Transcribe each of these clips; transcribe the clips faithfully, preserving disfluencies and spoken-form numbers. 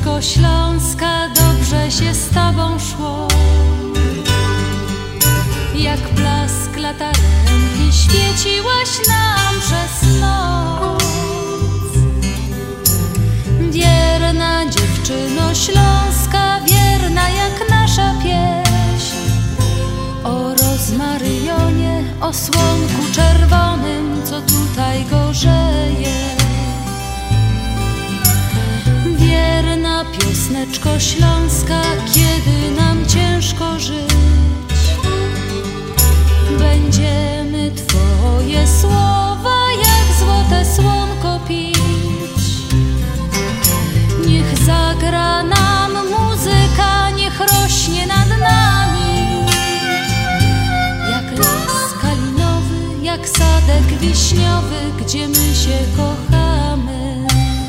Piosneczko śląska, dobrze się z tobą szło. Jak blask latarenki świeciłaś nam przez noc. Wierna dziewczyno śląska, wierna jak nasza pieśń. O rozmaryjonie, o słonku czerwonym, co tutaj gorzeje. Wierna piosneczko śląska, kiedy nam ciężko żyć, będziemy twoje słowa jak złote słonko pić. Niech zagra nam muzyka, niech rośnie nad nami jak las kalinowy, jak sadek wiśniowy, gdzie my się kochamy.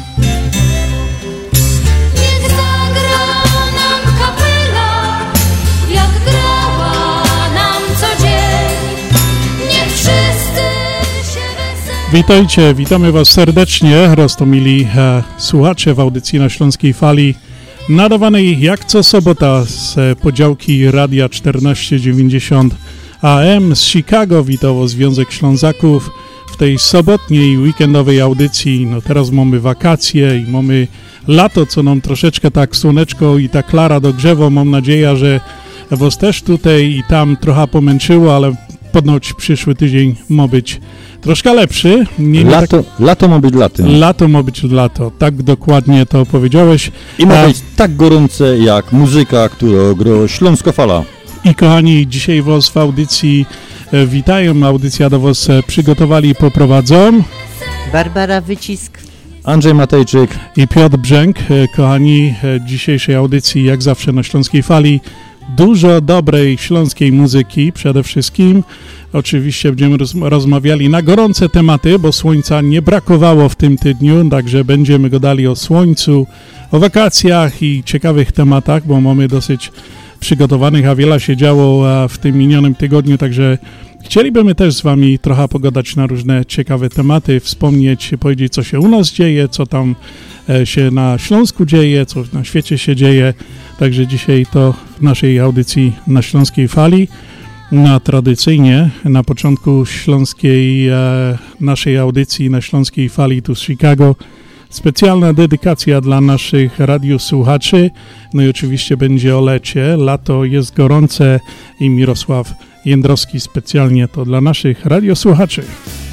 Niech zagra nam kapela, jak grała nam co dzień. Niech wszyscy się weseli. Witajcie, witamy Was serdecznie, roztomili e, słuchacze w audycji na Śląskiej Fali, nadawanej jak co sobota z podziałki Radia czternaście dziewięćdziesiąt A M z Chicago. Witało Związek Ślązaków w tej sobotniej, weekendowej audycji. No teraz mamy wakacje i mamy lato, co nam troszeczkę tak słoneczko i ta klara dogrzewa. Mam nadzieję, że Was też tutaj i tam trochę pomęczyło, ale ponoć przyszły tydzień ma być troszkę lepszy. Nie, nie lato, tak... lato ma być latem. Lato ma być lato, tak dokładnie to powiedziałeś. I ma A... być tak gorące jak muzyka, którą gra Śląska Fala. I kochani, dzisiaj Was w audycji e, witają. Audycja do Was e, przygotowali i poprowadzą Barbara Wycisk, Andrzej Matejczyk i Piotr Brzęk. E, kochani, e, dzisiejszej audycji jak zawsze na Śląskiej Fali dużo dobrej śląskiej muzyki przede wszystkim. Oczywiście będziemy roz, rozmawiali na gorące tematy, bo słońca nie brakowało w tym tygodniu, także będziemy gadali o słońcu, o wakacjach i ciekawych tematach, bo mamy dosyć przygotowanych, a wiele się działo w tym minionym tygodniu, także chcielibyśmy też z Wami trochę pogadać na różne ciekawe tematy, wspomnieć, powiedzieć, co się u nas dzieje, co tam się na Śląsku dzieje, co na świecie się dzieje. Także dzisiaj to w naszej audycji na Śląskiej Fali. No, tradycyjnie na początku śląskiej, e, naszej audycji na Śląskiej Fali tu z Chicago specjalna dedykacja dla naszych radiosłuchaczy. No i oczywiście będzie o lecie. Lato jest gorące i Mirosław Jędrowski specjalnie to dla naszych radiosłuchaczy.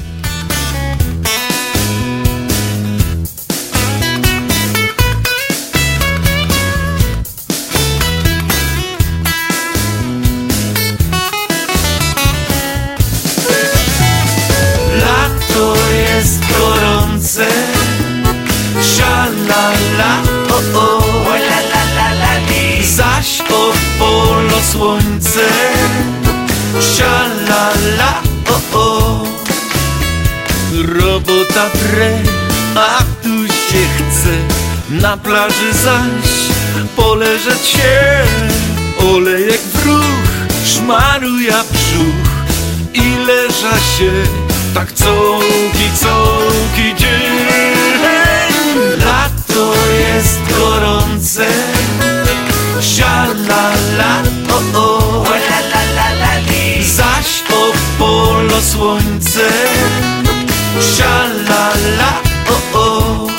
Lato jest gorące, sza-la-la, o-o, la-la-la-la-li. Zaś opolo słońce, sza-la-la, o-o. Robota pre, a tu się chce, na plaży zaś poleżeć się. Olejek w ruch, szmaruja brzuch i leża się tak cołki, cołki dzień. Lato jest gorące, sza-la-la, o-o, la-la-la-la-li. Zaś opolo słońce, sza-la-la, o-o.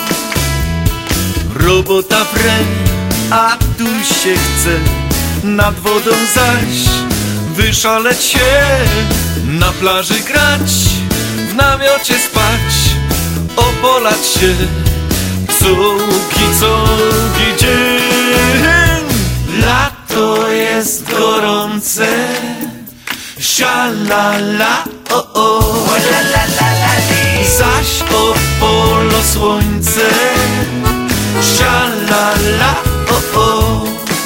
Robota pre, a tu się chce, nad wodą zaś wyszaleć się, na plaży grać, w namiocie spać, opolać się, cołki, cołki dzień. Lato jest gorące, sza-la-la, o-o, la-la-la-la-li. Zaś opolo słońce, sza-la-la, o-o.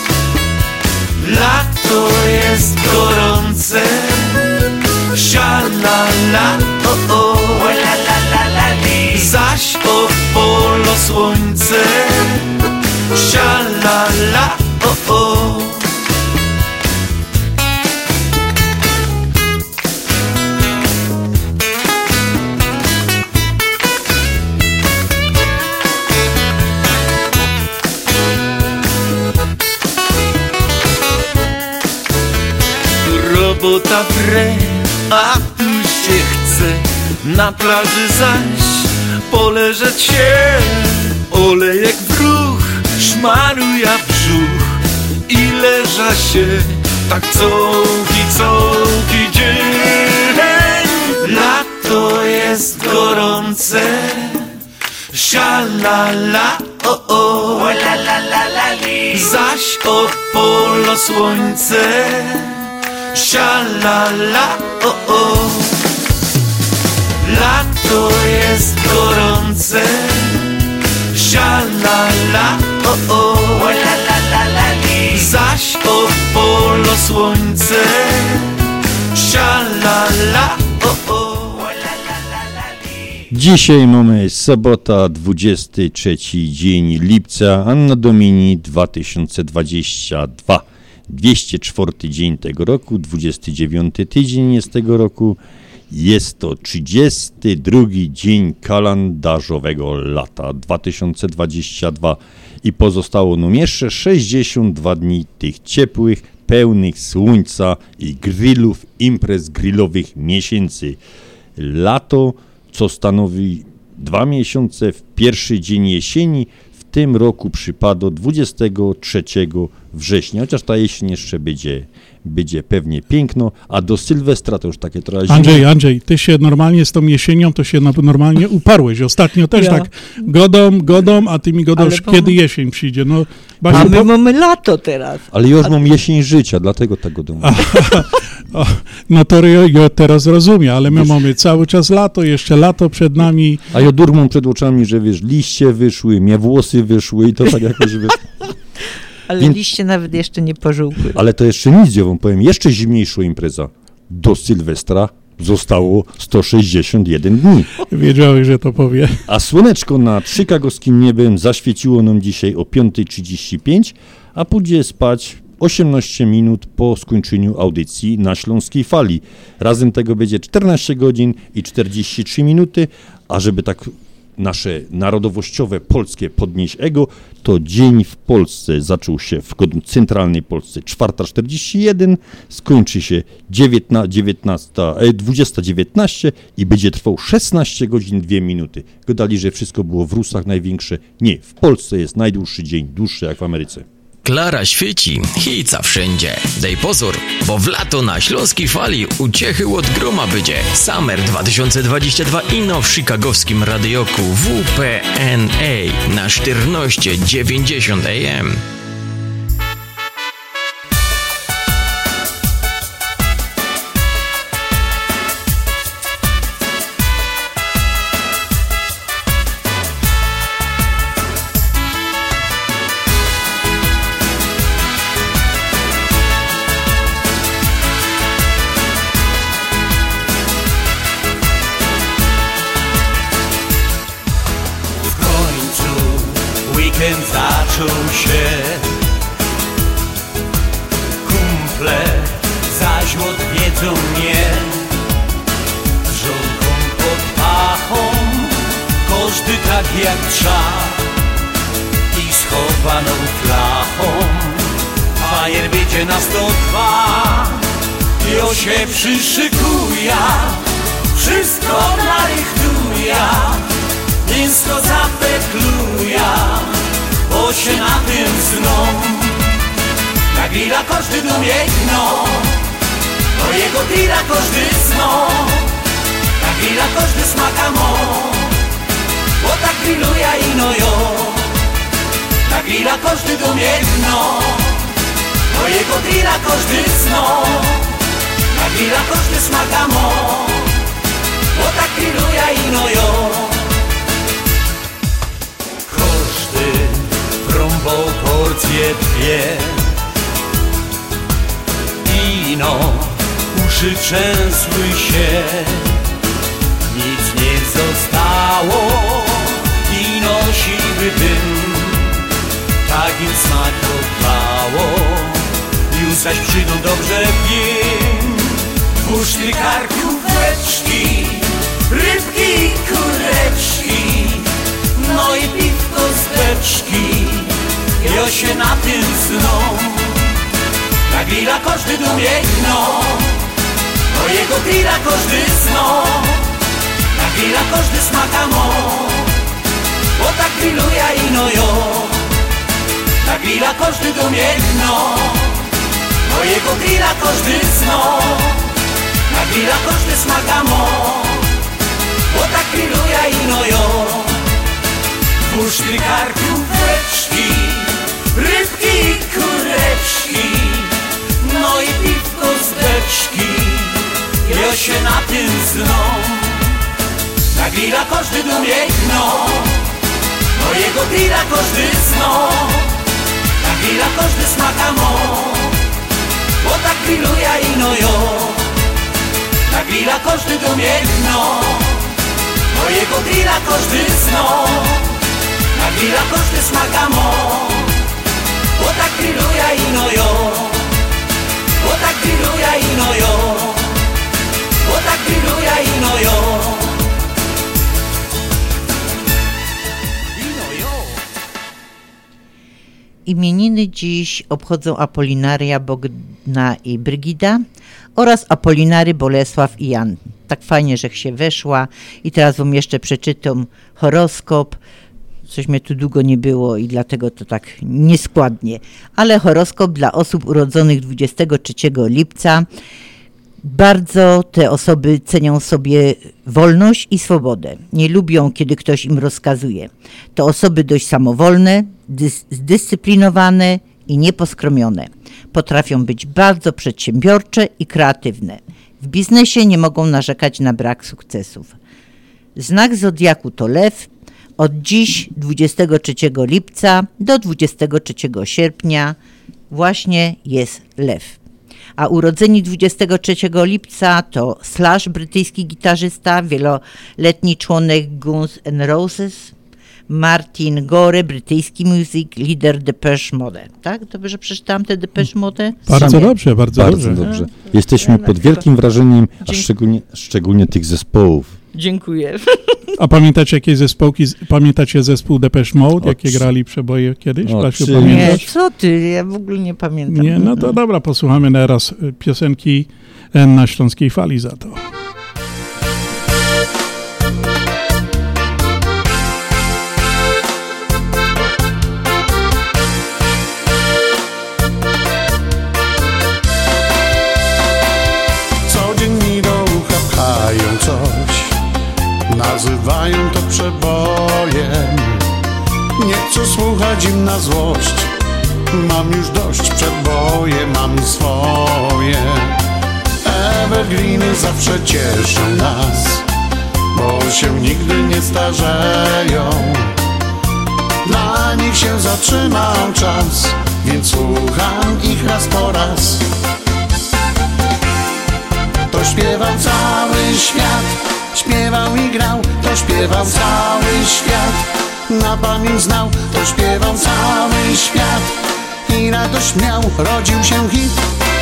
Lato jest gorące, sza-la-la, o-o, la-la-la-la-li. Zaś opolo słońce, sza-la-la, o-o. sobota wre, a tu się chce na plaży zaś poleżeć się. Olejek w ruch, szmaruja brzuch i leża się tak cołki, cołki dzień. Lato jest gorące, sza-la-la, o-o, la-la-la-la-li. Zaś Opolo słońce, sza-la-la, o-o. Lato jest gorące, sza-la-la, o-o, la-la-la-la-li. Zaś Opolo słońce, sza-la-la, o-o. Dzisiaj mamy sobota, dwudziesty trzeci dzień lipca, Anno Domini dwa tysiące dwudziesty drugi. dwieście czwarty dzień tego roku, dwudziesty dziewiąty tydzień jest tego roku. Jest to trzydziesty drugi dzień kalendarzowego lata dwa tysiące dwudziestego drugiego i pozostało nam jeszcze sześćdziesiąt dwa dni tych ciepłych, pełnych słońca i grillów, imprez grillowych miesięcy. Lato, co stanowi dwa miesiące w pierwszy dzień jesieni, w tym roku przypadło dwudziestego trzeciego września, chociaż ta jesień jeszcze będzie, będzie pewnie piękno, a do Sylwestra to już takie trochę zimno. Andrzej, Andrzej, ty się normalnie z tą jesienią, to się normalnie uparłeś. Ostatnio też Ja. tak godą, godą, a ty mi godasz, Ale bo- kiedy jesień przyjdzie. No, Basiu, A my po- mamy lato teraz. Ale już mam jesień życia, dlatego tego domu. o, no to ja, ja teraz rozumiem, ale my mamy cały czas lato, jeszcze lato przed nami. A ja durmą przed oczami, że wiesz, liście wyszły, mnie włosy wyszły i to tak jakoś wiesz. Ale Więc- liście nawet jeszcze nie pożółkły. Ale to jeszcze nic, ja wam powiem, jeszcze zimniejsza impreza. Do Sylwestra zostało sto sześćdziesiąt jeden dni. Wiedziałeś, że to powie. A słoneczko nad chicagowskim niebem zaświeciło nam dzisiaj o piąta trzydzieści pięć, a pójdzie spać osiemnaście minut po skończeniu audycji na Śląskiej Fali. Razem tego będzie czternaście godzin i czterdzieści trzy minuty, a żeby tak nasze narodowościowe, polskie podnieść ego, to dzień w Polsce zaczął się w centralnej Polsce czwarta czterdzieści jeden, skończy się dziewiętnasta, dwudziesta dziewiętnaście i będzie trwał szesnaście godzin dwie minuty. Gadali, że wszystko było w Rusach największe. Nie, w Polsce jest najdłuższy dzień, dłuższy jak w Ameryce. Klara świeci, hica wszędzie. Dej pozór, bo w lato na Śląskiej Fali uciechy od groma będzie. Summer dwa tysiące dwudziesty drugi ino w chicagowskim radioku W P N A na czternaście dziewięćdziesiąt A M. Weekend zaczął się, kumple zaś odwiedzą mnie. Z żonką pod pachą, każdy tak jak trza i schowaną flachą. Fajer będzie na sto dwa, jo się przyszykuja, wszystko narychtuja, więc to zapekluja, bo się na tym zną. Na grilla każdy domiegną, to jego grilla każdy zną. Na grilla każdy smaka mo, bo tak grilluje ino jo. Na grilla każdy domiegną, to jego grilla każdy zną. Na grilla każdy smaka mo, bo tak grilluje ino jo. Rąbą porcję dwie, ino uszy trzęsły się, nic nie zostało, ino siwy dym, tak im smak oddało. Już zaś przyjdą dobrze wiem, tłuszczy karkóweczki, rybki i kureczki, no i piwko z beczki, jo się na tym zną. Na grilla każdy domiegną, Mojego grilla każdy zno, na grilla każdy smaka mo, bo tak grilluje ino jo. Na grilla każdy domiegno, mojego grilla każdy zno, na grilla każdy smaka mo, bo tak grilluje ino jo. Puszty karkóweczki, rybki i kureczki, no i piwko z beczki, ja się na tym zną. Na grilla każdy domiegno, mojego grilla każdy zno, na grilla każdy smaka mo, bo tak grilluje ino jo. Na grilla każdy domiegno, mojego grilla każdy zno, na grilla każdy smaka mo, bo tak grilluje ino jo. Bo tak grilluje ino jo, bo tak grilluje ino jo. Imieniny dziś obchodzą Apolinaria, Bogna i Brygida oraz Apolinary, Bolesław i Jan. Tak fajnie, że się weszła i teraz wam jeszcze przeczytam horoskop. Coś mnie tu długo nie było i dlatego to tak nieskładnie. Ale horoskop dla osób urodzonych dwudziestego trzeciego lipca. Bardzo te osoby cenią sobie wolność i swobodę. Nie lubią, kiedy ktoś im rozkazuje. To osoby dość samowolne, dys- zdyscyplinowane i nieposkromione. Potrafią być bardzo przedsiębiorcze i kreatywne. W biznesie nie mogą narzekać na brak sukcesów. Znak zodiaku to lew. Od dziś, dwudziestego trzeciego lipca do dwudziestego trzeciego sierpnia właśnie jest lew. A urodzeni dwudziestego trzeciego lipca to Slash, brytyjski gitarzysta, wieloletni członek Guns N' Roses, Martin Gore, brytyjski muzyk, lider Depeche Mode. Tak? Dobrze przeczytałam te Depeche Mode? Bardzo Same. dobrze, bardzo, Bardzo dobrze. dobrze. Jesteśmy pod wielkim wrażeniem, a szczególnie, szczególnie tych zespołów. Dziękuję. A pamiętacie jakieś zespołki, pamiętacie zespół Depeche Mode, jakie Oczy- grali przeboje kiedyś? Basiu, Oczy- Nie, pamiętasz? co ty? Ja w ogóle nie pamiętam. Nie, no to dobra, posłuchamy teraz piosenki na Śląskiej Fali za to. Codziennie do ucha pchają coś, nazywają to przebojem. Nie chcę słuchać im na złość, mam już dość przeboje, mam swoje. Evergreeny zawsze cieszą nas, bo się nigdy nie starzeją. Dla nich się zatrzymał czas, więc słucham ich raz po raz. To śpiewał cały świat, śpiewał i grał, to śpiewał cały świat. Na pamięć znał, to śpiewał cały świat. I radość miał, rodził się hit.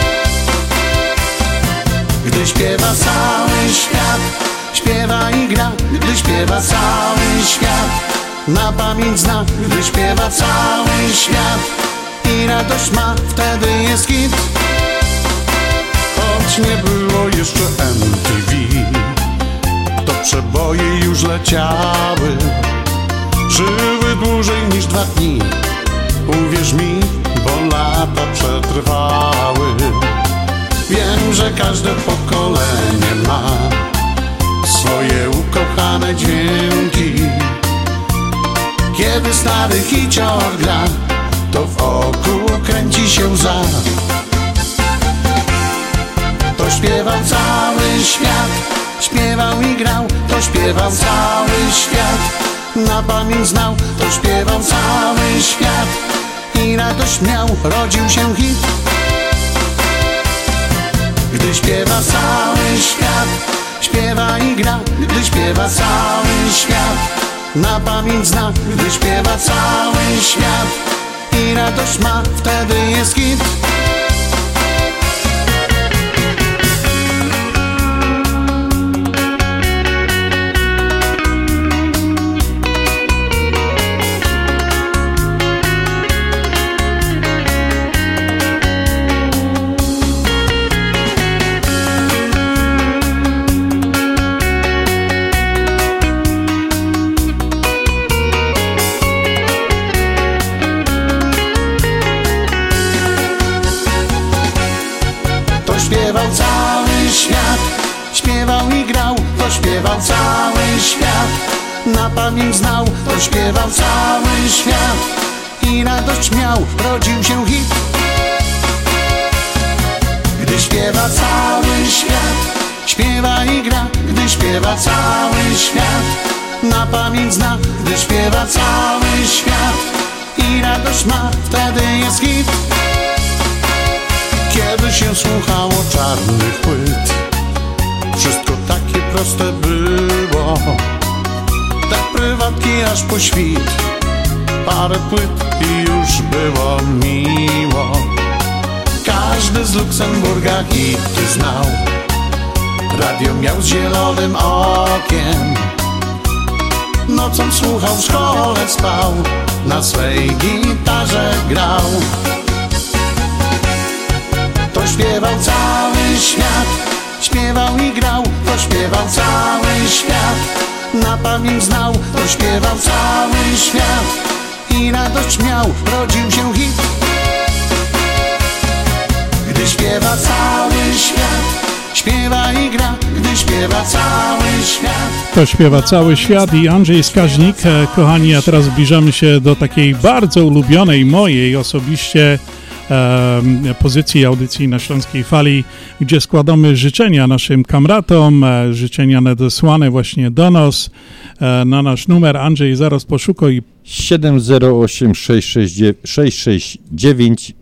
Gdy śpiewa cały świat, śpiewa i gra, gdy śpiewa cały świat. Na pamięć zna, gdy śpiewa cały świat. I radość ma, wtedy jest hit. Choć nie było jeszcze M T V, to przeboje już leciały. Żyły dłużej niż dwa dni, uwierz mi, bo lata przetrwały. Wiem, że każde pokolenie ma swoje ukochane dźwięki. Kiedy stary hicior gra, to wokół kręci się łza. To śpiewał cały świat, śpiewał i grał, to śpiewał cały świat. Na pamięć znał, to śpiewał cały świat. I radość miał, rodził się hit. Gdy śpiewa cały świat, śpiewa i gra, gdy śpiewa cały świat. Na pamięć zna, gdy śpiewa cały świat. I radość ma, wtedy jest hit. to śpiewał cały świat. Na pamięć znał, to śpiewał cały świat. I radość miał, rodził się hit. Gdy śpiewa cały świat, śpiewa i gra, gdy śpiewa cały świat. Na pamięć zna, gdy śpiewa cały świat. I radość ma, wtedy jest hit. Kiedy się słuchało czarnych płyt, wszystko takie proste było. Tak prywatki aż po świt, parę płyt i już było miło. Każdy z Luksemburga hity znał, radio miał z zielonym okiem. Nocą słuchał, w szkole spał, na swej gitarze grał. To śpiewał cały świat, śpiewał i grał, to śpiewał cały świat. Na pamięć znał, to śpiewał cały świat. I radość miał, rodził się hit. Gdy śpiewa cały świat, śpiewa i gra, gdy śpiewa cały świat. To śpiewa cały świat i Andrzej Skaźnik. Kochani, a teraz zbliżamy się do takiej bardzo ulubionej mojej osobiście e, pozycji audycji na Śląskiej Fali, gdzie składamy życzenia naszym kamratom, e, życzenia nadesłane właśnie do nas e, na nasz numer. Andrzej, zaraz poszukaj. siedem zero osiem sześć sześć dziewięć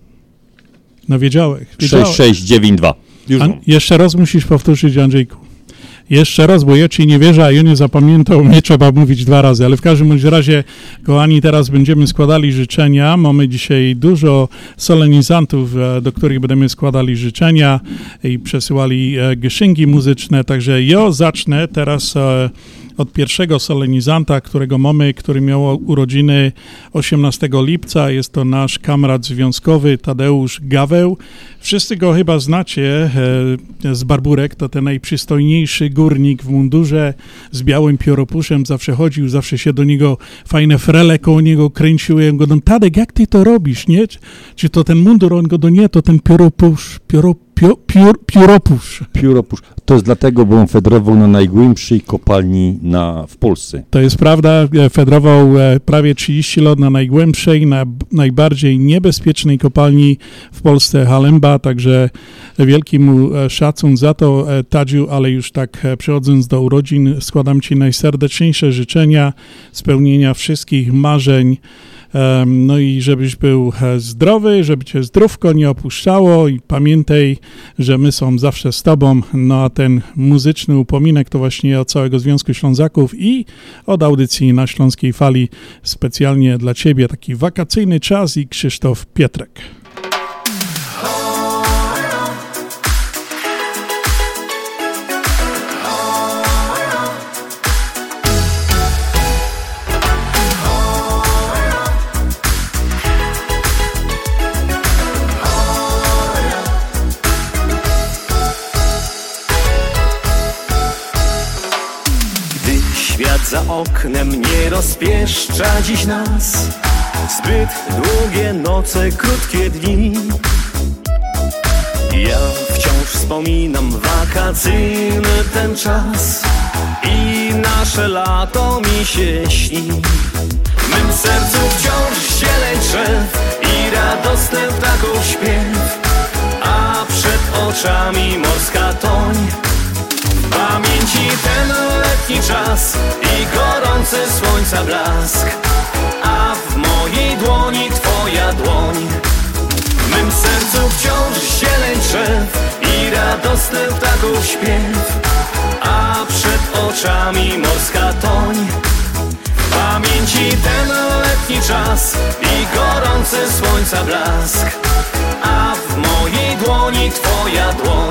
No wiedziałeś. sześć sześć dziewięć dwa. An- jeszcze raz musisz powtórzyć, Andrzejku. Jeszcze raz, bo ja ci nie wierzę, a ja nie zapamiętał, nie trzeba mówić dwa razy, ale w każdym bądź razie, kochani, teraz będziemy składali życzenia. Mamy dzisiaj dużo solenizantów, do których będziemy składali życzenia i przesyłali geszynki muzyczne, także ja zacznę teraz od pierwszego solenizanta, którego mamy, który miał urodziny osiemnastego lipca. Jest to nasz kamrat związkowy Tadeusz Gaweł. Wszyscy go chyba znacie e, z Barburek. To ten najprzystojniejszy górnik w mundurze z białym pióropuszem. Zawsze chodził, zawsze się do niego fajne frele koło niego kręciły. Ja go do Tadek, jak ty to robisz, nie? Czy, czy to ten mundur? On go do nie, to ten pióropusz, pióropusz. Piór, piór, pióropusz. Pióropusz. To jest dlatego, bo on fedrował na najgłębszej kopalni na, w Polsce. To jest prawda. Fedrował prawie trzydzieści lat na najgłębszej, na najbardziej niebezpiecznej kopalni w Polsce, Halemba, także wielki mu szacun za to, Tadziu, ale już tak przechodząc do urodzin, składam ci najserdeczniejsze życzenia, spełnienia wszystkich marzeń. No i żebyś był zdrowy, żeby cię zdrówko nie opuszczało i pamiętaj, że my są zawsze z tobą. No a ten muzyczny upominek to właśnie od całego Związku Ślązaków i od audycji na Śląskiej Fali specjalnie dla ciebie. Taki wakacyjny czas i Krzysztof Pietrek. Za oknem nie rozpieszcza dziś nas zbyt długie noce, krótkie dni. Ja wciąż wspominam wakacyjny ten czas i nasze lato mi się śni. W mym sercu wciąż zieleń drzew i radosny ptaków śpiew, a przed oczami morska toń. W pamięci ten letni czas i gorący słońca blask, a w mojej dłoni twoja dłoń. W mym sercu wciąż zieleń drzew i radosny ptaków śpiew, a przed oczami morska toń. W pamięci ten letni czas i gorący słońca blask, a w mojej dłoni twoja dłoń.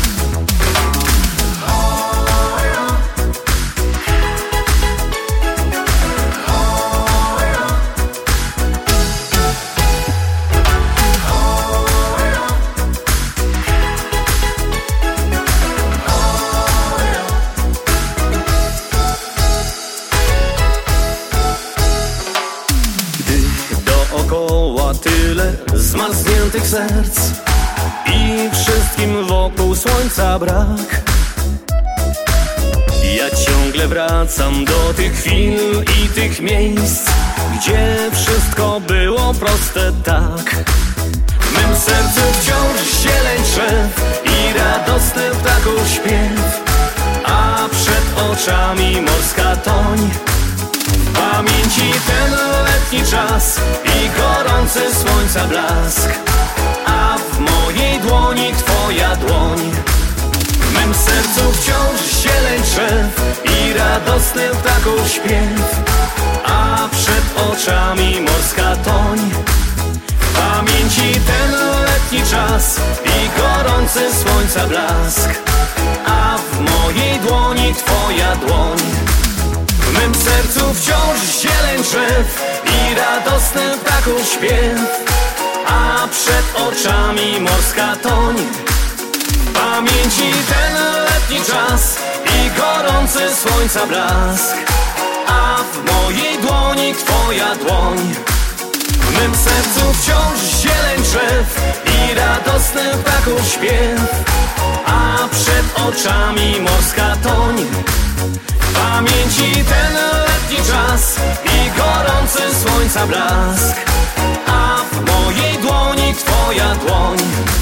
Tyle zmarzniętych serc i wszystkim wokół słońca brak. Ja ciągle wracam do tych chwil i tych miejsc, gdzie wszystko było proste tak. W mym sercu wciąż zieleń drzew i radosny ptaków śpiew, a przed oczami morska toń. W pamięci ten letni czas i gorący słońca blask, a w mojej dłoni twoja dłoń. W mym sercu wciąż zieleń drzew i radosny ptaków śpiew, a przed oczami morska toń. W pamięci ten letni czas i gorący słońca blask, a w mojej dłoni twoja dłoń. W mym sercu wciąż zieleń drzew i radosny ptaków śpiew, a przed oczami morska toń. W pamięci ten letni czas i gorący słońca blask, a w mojej dłoni twoja dłoń. W mym sercu wciąż zieleń drzew i radosny ptaków śpiew, a przed oczami morska toń. W pamięci ten letni czas i gorący słońca blask, a w mojej dłoni twoja dłoń.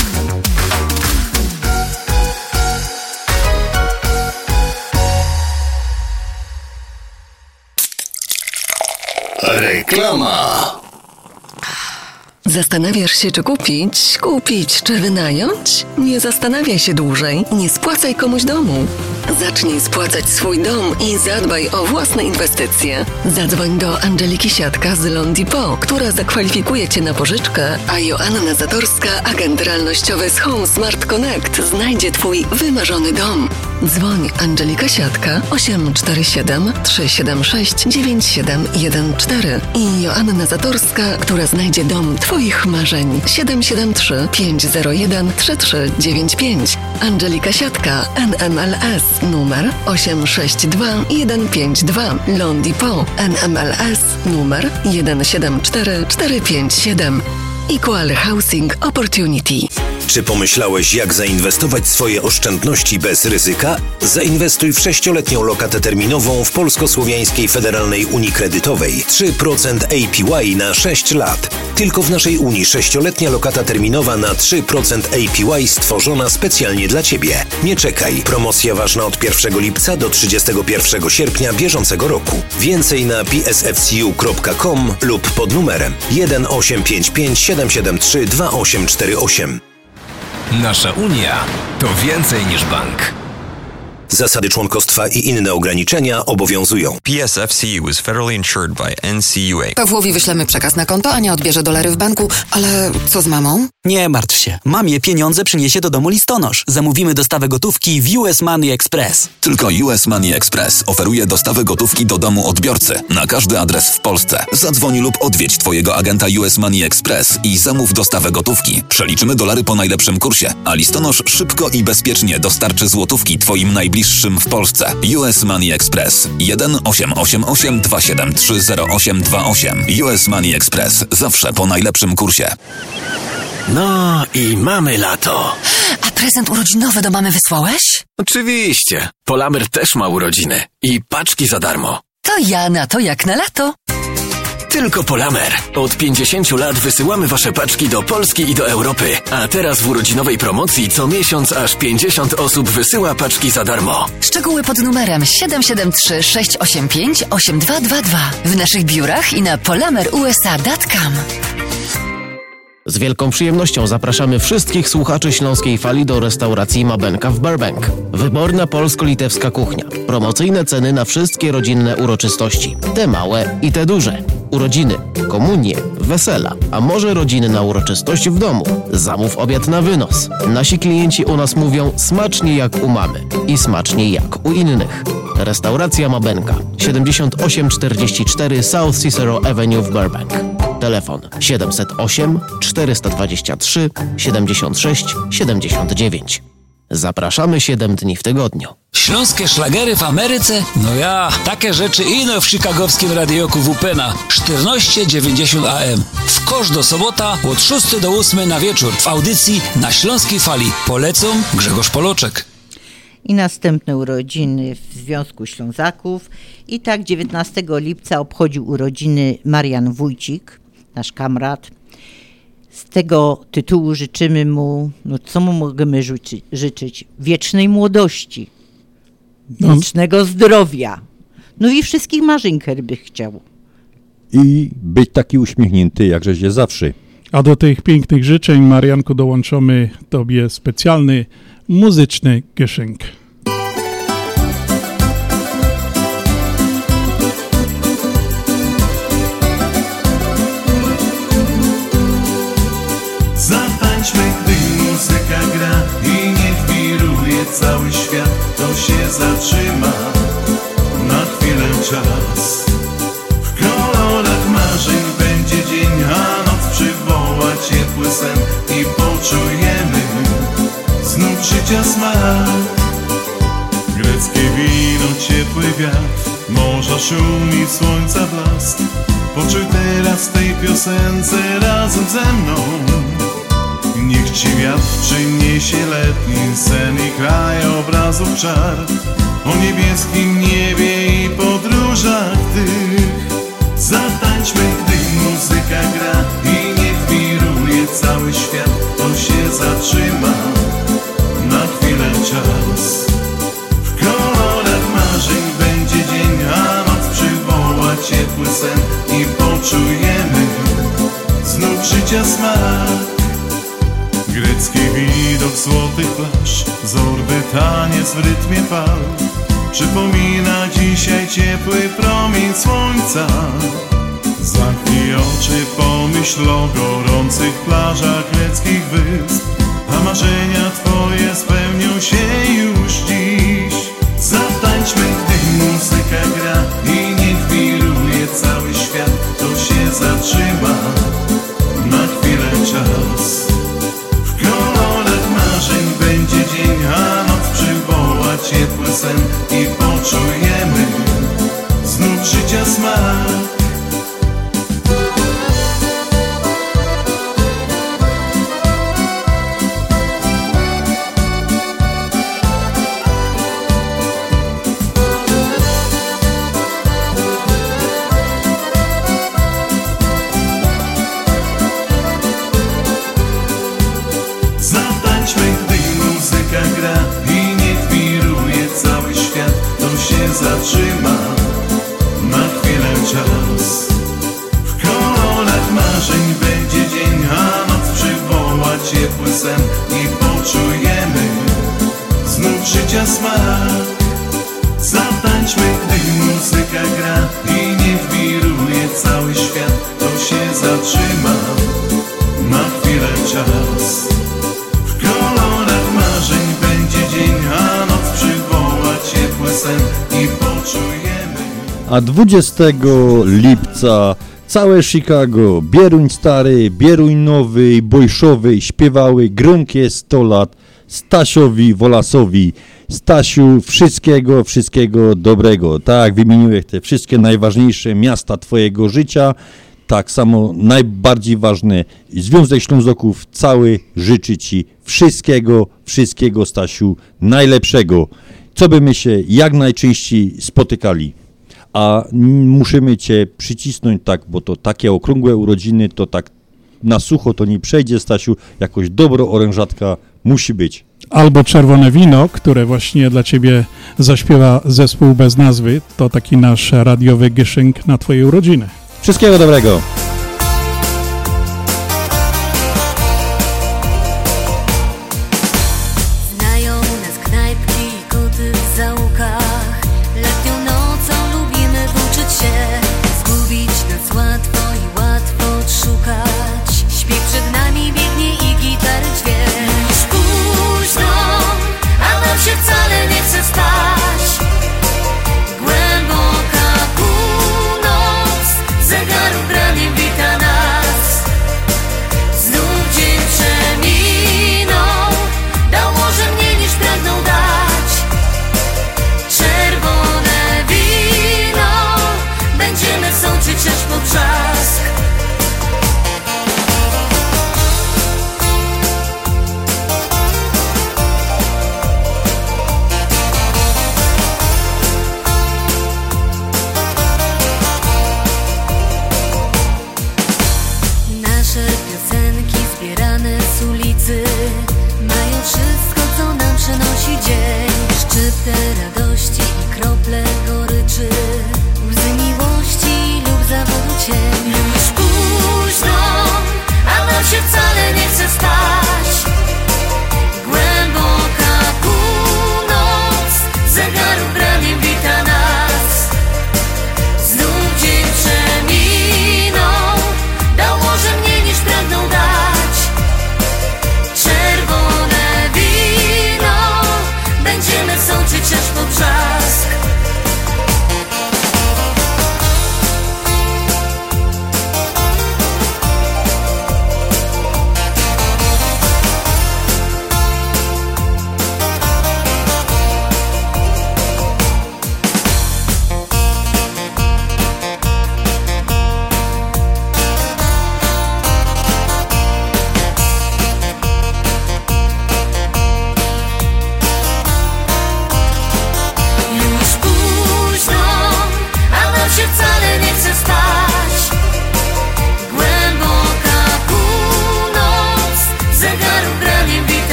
Reklama. Zastanawiasz się, czy kupić, kupić, czy wynająć? Nie zastanawiaj się dłużej, nie spłacaj komuś domu. Zacznij spłacać swój dom i zadbaj o własne inwestycje. Zadzwoń do Angeliki Siatka z Londipo, która zakwalifikuje Cię na pożyczkę, a Joanna Zatorska, agent realnościowy z Home Smart Connect, znajdzie Twój wymarzony dom. Dzwoń Angelika Siatka osiem cztery siedem trzy siedem sześć dziewięć siedem jeden cztery i Joanna Zatorska, która znajdzie dom Twoich marzeń siedem siedem trzy pięć zero jeden trzy trzy dziewięć pięć. Angelika Siatka, N M L S numer osiem sześć dwa jeden pięć dwa, Londipo N M L S numer jeden siedem cztery cztery pięć siedem. Equal Housing Opportunity. Czy pomyślałeś, jak zainwestować swoje oszczędności bez ryzyka? Zainwestuj w sześcioletnią lokatę terminową w Polsko-Słowiańskiej Federalnej Unii Kredytowej. trzy procent A P Y na sześć lat. Tylko w naszej Unii sześcioletnia lokata terminowa na trzy procent A P Y stworzona specjalnie dla Ciebie. Nie czekaj. Promocja ważna od pierwszego lipca do trzydziestego pierwszego sierpnia bieżącego roku. Więcej na p s f c u kropka com lub pod numerem jeden osiem pięć pięć siedem siedem trzy dwa osiem cztery osiem. Nasza Unia to więcej niż bank. Zasady członkostwa i inne ograniczenia obowiązują. P S F C U is federally insured by N C U A. Pawłowi wyślemy przekaz na konto, a nie odbierze dolary w banku. Ale co z mamą? Nie martw się. Mamie pieniądze przyniesie do domu listonosz. Zamówimy dostawę gotówki w U S Money Express. Tylko U S Money Express oferuje dostawę gotówki do domu odbiorcy na każdy adres w Polsce. Zadzwoń lub odwiedź Twojego agenta U S Money Express i zamów dostawę gotówki. Przeliczymy dolary po najlepszym kursie, a listonosz szybko i bezpiecznie dostarczy złotówki Twoim najbliższym w Polsce. U S Money Express jeden osiem osiem osiem dwa siedem trzy zero osiem dwa osiem. U S Money Express. Zawsze po najlepszym kursie. No i mamy lato. A prezent urodzinowy do mamy wysłałeś? Oczywiście. Polamer też ma urodziny. I paczki za darmo. To ja na to jak na lato. Tylko Polamer. Od pięćdziesięciu lat wysyłamy Wasze paczki do Polski i do Europy. A teraz w urodzinowej promocji co miesiąc aż pięćdziesiąt osób wysyła paczki za darmo. Szczegóły pod numerem siedem siedem trzy sześć osiem pięć osiem dwa dwa dwa. W naszych biurach i na polamer u s a kropka com. Z wielką przyjemnością zapraszamy wszystkich słuchaczy Śląskiej Fali do restauracji Mabenka w Burbank. Wyborna polsko-litewska kuchnia. Promocyjne ceny na wszystkie rodzinne uroczystości. Te małe i te duże. Urodziny, komunie, wesela, a może rodziny na uroczystość w domu. Zamów obiad na wynos. Nasi klienci u nas mówią smacznie jak u mamy i smacznie jak u innych. Restauracja Mabenka, siedemdziesiąt osiem czterdzieści cztery South Cicero Avenue w Burbank. Telefon siedem zero osiem czterysta dwadzieścia trzy siedemdziesiąt sześć siedemdziesiąt dziewięć. Zapraszamy siedem dni w tygodniu. Śląskie szlagery w Ameryce? No ja, takie rzeczy ino w chicagowskim radioku W P na czternaście dziewięćdziesiąt A M. W kosz do sobota od szóstej do ósmej na wieczór w audycji na Śląskiej Fali. Polecą Grzegorz Poloczek. i następne urodziny w Związku Ślązaków. I tak dziewiętnastego lipca obchodził urodziny Marian Wójcik, nasz kamrat. Z tego tytułu życzymy mu, no co mu możemy życzy, życzyć? Wiecznej młodości, No. wiecznego zdrowia, no i wszystkich marzeń, które by chciał. I być taki uśmiechnięty, jakżeś jest zawsze. A do tych pięknych życzeń, Marianku, dołączamy Tobie specjalny muzyczny geschenk. Zatańczmy, gdy muzyka gra i niech wiruje cały świat, to się zatrzyma na chwilę czas. W kolorach marzeń będzie dzień, a noc przywoła ciepły sen i poczujemy znów życia smak. Greckie wino, ciepły wiatr, morza szum i słońca blask. Poczuj teraz w tej piosence razem ze mną. Niech ci wiatr przyniesie letni sen i krajobrazów czar, o niebieskim niebie i podróżach tych. Zatańczmy, gdy muzyka gra i niech wiruje cały świat, to się zatrzyma na chwilę czas. W kolorach marzeń będzie dzień, a noc przywoła ciepły sen i poczujemy znów życia smak. Grecki widok złotych plaż, zorby taniec w rytmie fal, przypomina dzisiaj ciepły promień słońca. Zamknij oczy, pomyśl o gorących plażach greckich wysp, a marzenia twoje spełnią się już dziś. Zatańczmy, gdy muzyka gra i niech wiruje cały świat, to się zatrzyma na chwilę czas. W kolorach marzeń będzie dzień, a noc przywoła ciepły sen i poczujemy znów życia smak. Zatrzyma na chwilę czas. W kolorach marzeń będzie dzień, a noc przywoła ciepły sen i poczujemy znów życia smak. Zatańczmy, gdy muzyka gra i niech wiruje cały świat, to się zatrzyma na chwilę czas. W kolorach marzeń będzie dzień, a noc przywoła ciepły sen i poczujemy. A dwudziestego lipca całe Chicago, Bieruń Stary, Bieruń Nowy, Bojszowy śpiewały gromkie sto lat Stasiowi Wolasowi. Stasiu, wszystkiego, wszystkiego dobrego. Tak, wymieniłem te wszystkie najważniejsze miasta twojego życia. Tak samo najbardziej ważne, Związek Ślązoków cały życzy ci wszystkiego, wszystkiego, Stasiu, najlepszego. Co by my się jak najczęściej spotykali. A musimy cię przycisnąć tak, bo to takie okrągłe urodziny, to tak na sucho to nie przejdzie, Stasiu. Jakoś dobro orężatka musi być. Albo Czerwone Wino, które właśnie dla ciebie zaśpiewa zespół bez nazwy. To taki nasz radiowy geschenk na twoje urodziny. Wszystkiego dobrego. Znają nas knajpki i koty w zaułkach. Letnią nocą lubimy włóczyć się, zgubić nas łatwo i łatwo odszukać. Śpieg przed nami biegnie i gitary dźwięk. Już późno, a nam się wcale nie chce spać. Głęboka północ, zegarów granie.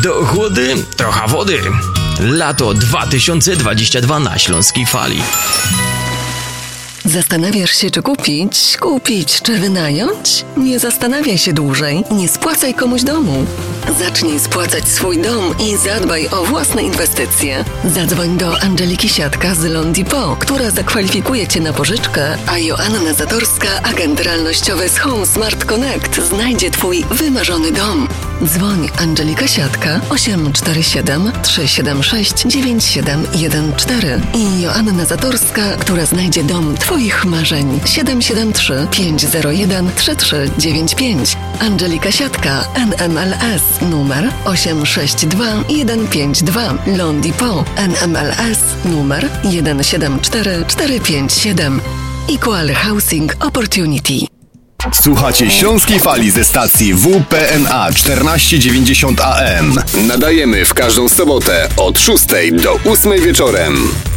Do chłody trochę wody. Lato dwa tysiące dwudziesty drugi na Śląskiej Fali. Zastanawiasz się, czy kupić, kupić, czy wynająć? Nie zastanawiaj się dłużej, nie spłacaj komuś domu. Zacznij spłacać swój dom i zadbaj o własne inwestycje. Zadzwoń do Angeliki Siatka z Londipo, która zakwalifikuje Cię na pożyczkę, a Joanna Zatorska, agent realnościowy z Home Smart Connect, znajdzie Twój wymarzony dom. Dzwoń Angelika Siatka osiem cztery siedem trzy siedem sześć dziewięć siedem jeden cztery i Joanna Zatorska, która znajdzie dom Twoich marzeń siedem siedem trzy pięć zero jeden trzy trzy dziewięć pięć. Angelika Siatka N M L S numer osiem sześć dwa jeden pięć dwa. Londipo N M L S numer jeden siedem cztery cztery pięć siedem. Equal Housing Opportunity. Słuchacie Śląskiej Fali ze stacji W P N A czternaście dziewięćdziesiąt A M. Nadajemy w każdą sobotę od szóstej do ósmej wieczorem.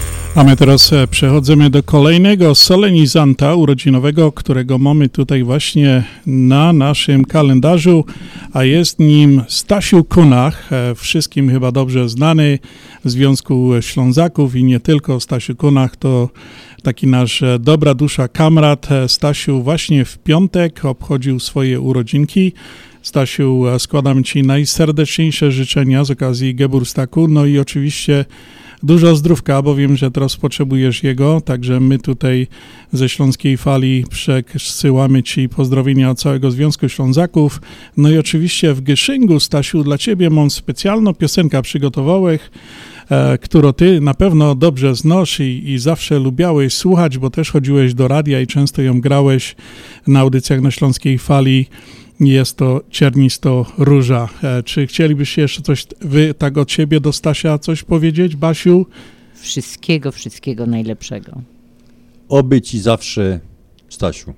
A my teraz przechodzimy do kolejnego solenizanta urodzinowego, którego mamy tutaj właśnie na naszym kalendarzu, a jest nim Stasiu Kunach, wszystkim chyba dobrze znany w Związku Ślązaków i nie tylko. Stasiu Kunach to taki nasz dobra dusza kamrat. Stasiu właśnie w piątek obchodził swoje urodzinki. Stasiu, składam Ci najserdeczniejsze życzenia z okazji Geburstaku, no i oczywiście dużo zdrówka, bo wiem, że teraz potrzebujesz jego, także my tutaj ze Śląskiej Fali przesyłamy Ci pozdrowienia od całego Związku Ślązaków. No i oczywiście w Gyszyngu, Stasiu, dla Ciebie mam specjalną piosenkę przygotowałeś, e, którą Ty na pewno dobrze znasz i, i zawsze lubiałeś słuchać, bo też chodziłeś do radia i często ją grałeś na audycjach na Śląskiej Fali. Jest to Ciernisto Róża. E, czy chcielibyście jeszcze coś wy tak od siebie do Stasia coś powiedzieć, Basiu? Wszystkiego, wszystkiego najlepszego. Oby Ci zawsze, Stasiu.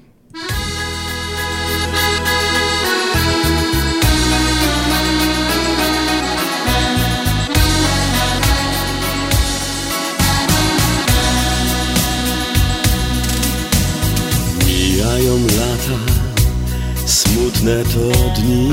Mijają lata, smutne to dni,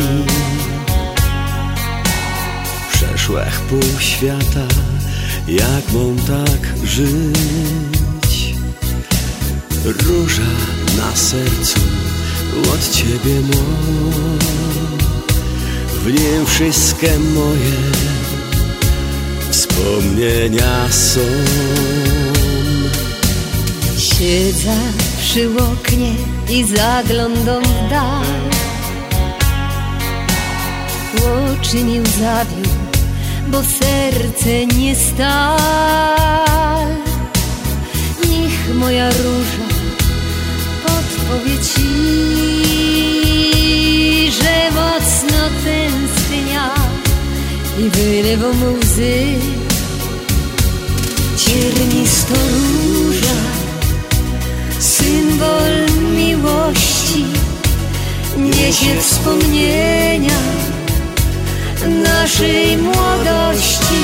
przeszłych pół świata, jak mam tak żyć? Róża na sercu od Ciebie mam, w nim wszystkie moje wspomnienia są. Siedzę przy oknie i zaglądam w dal, oczy mi zawiódł, bo serce nie stal. Niech moja róża podpowie Ci, że mocno tęsknia i wylewam łzy. Ciernisto róża, symbol miłości, niesie wspomnienia naszej młodości.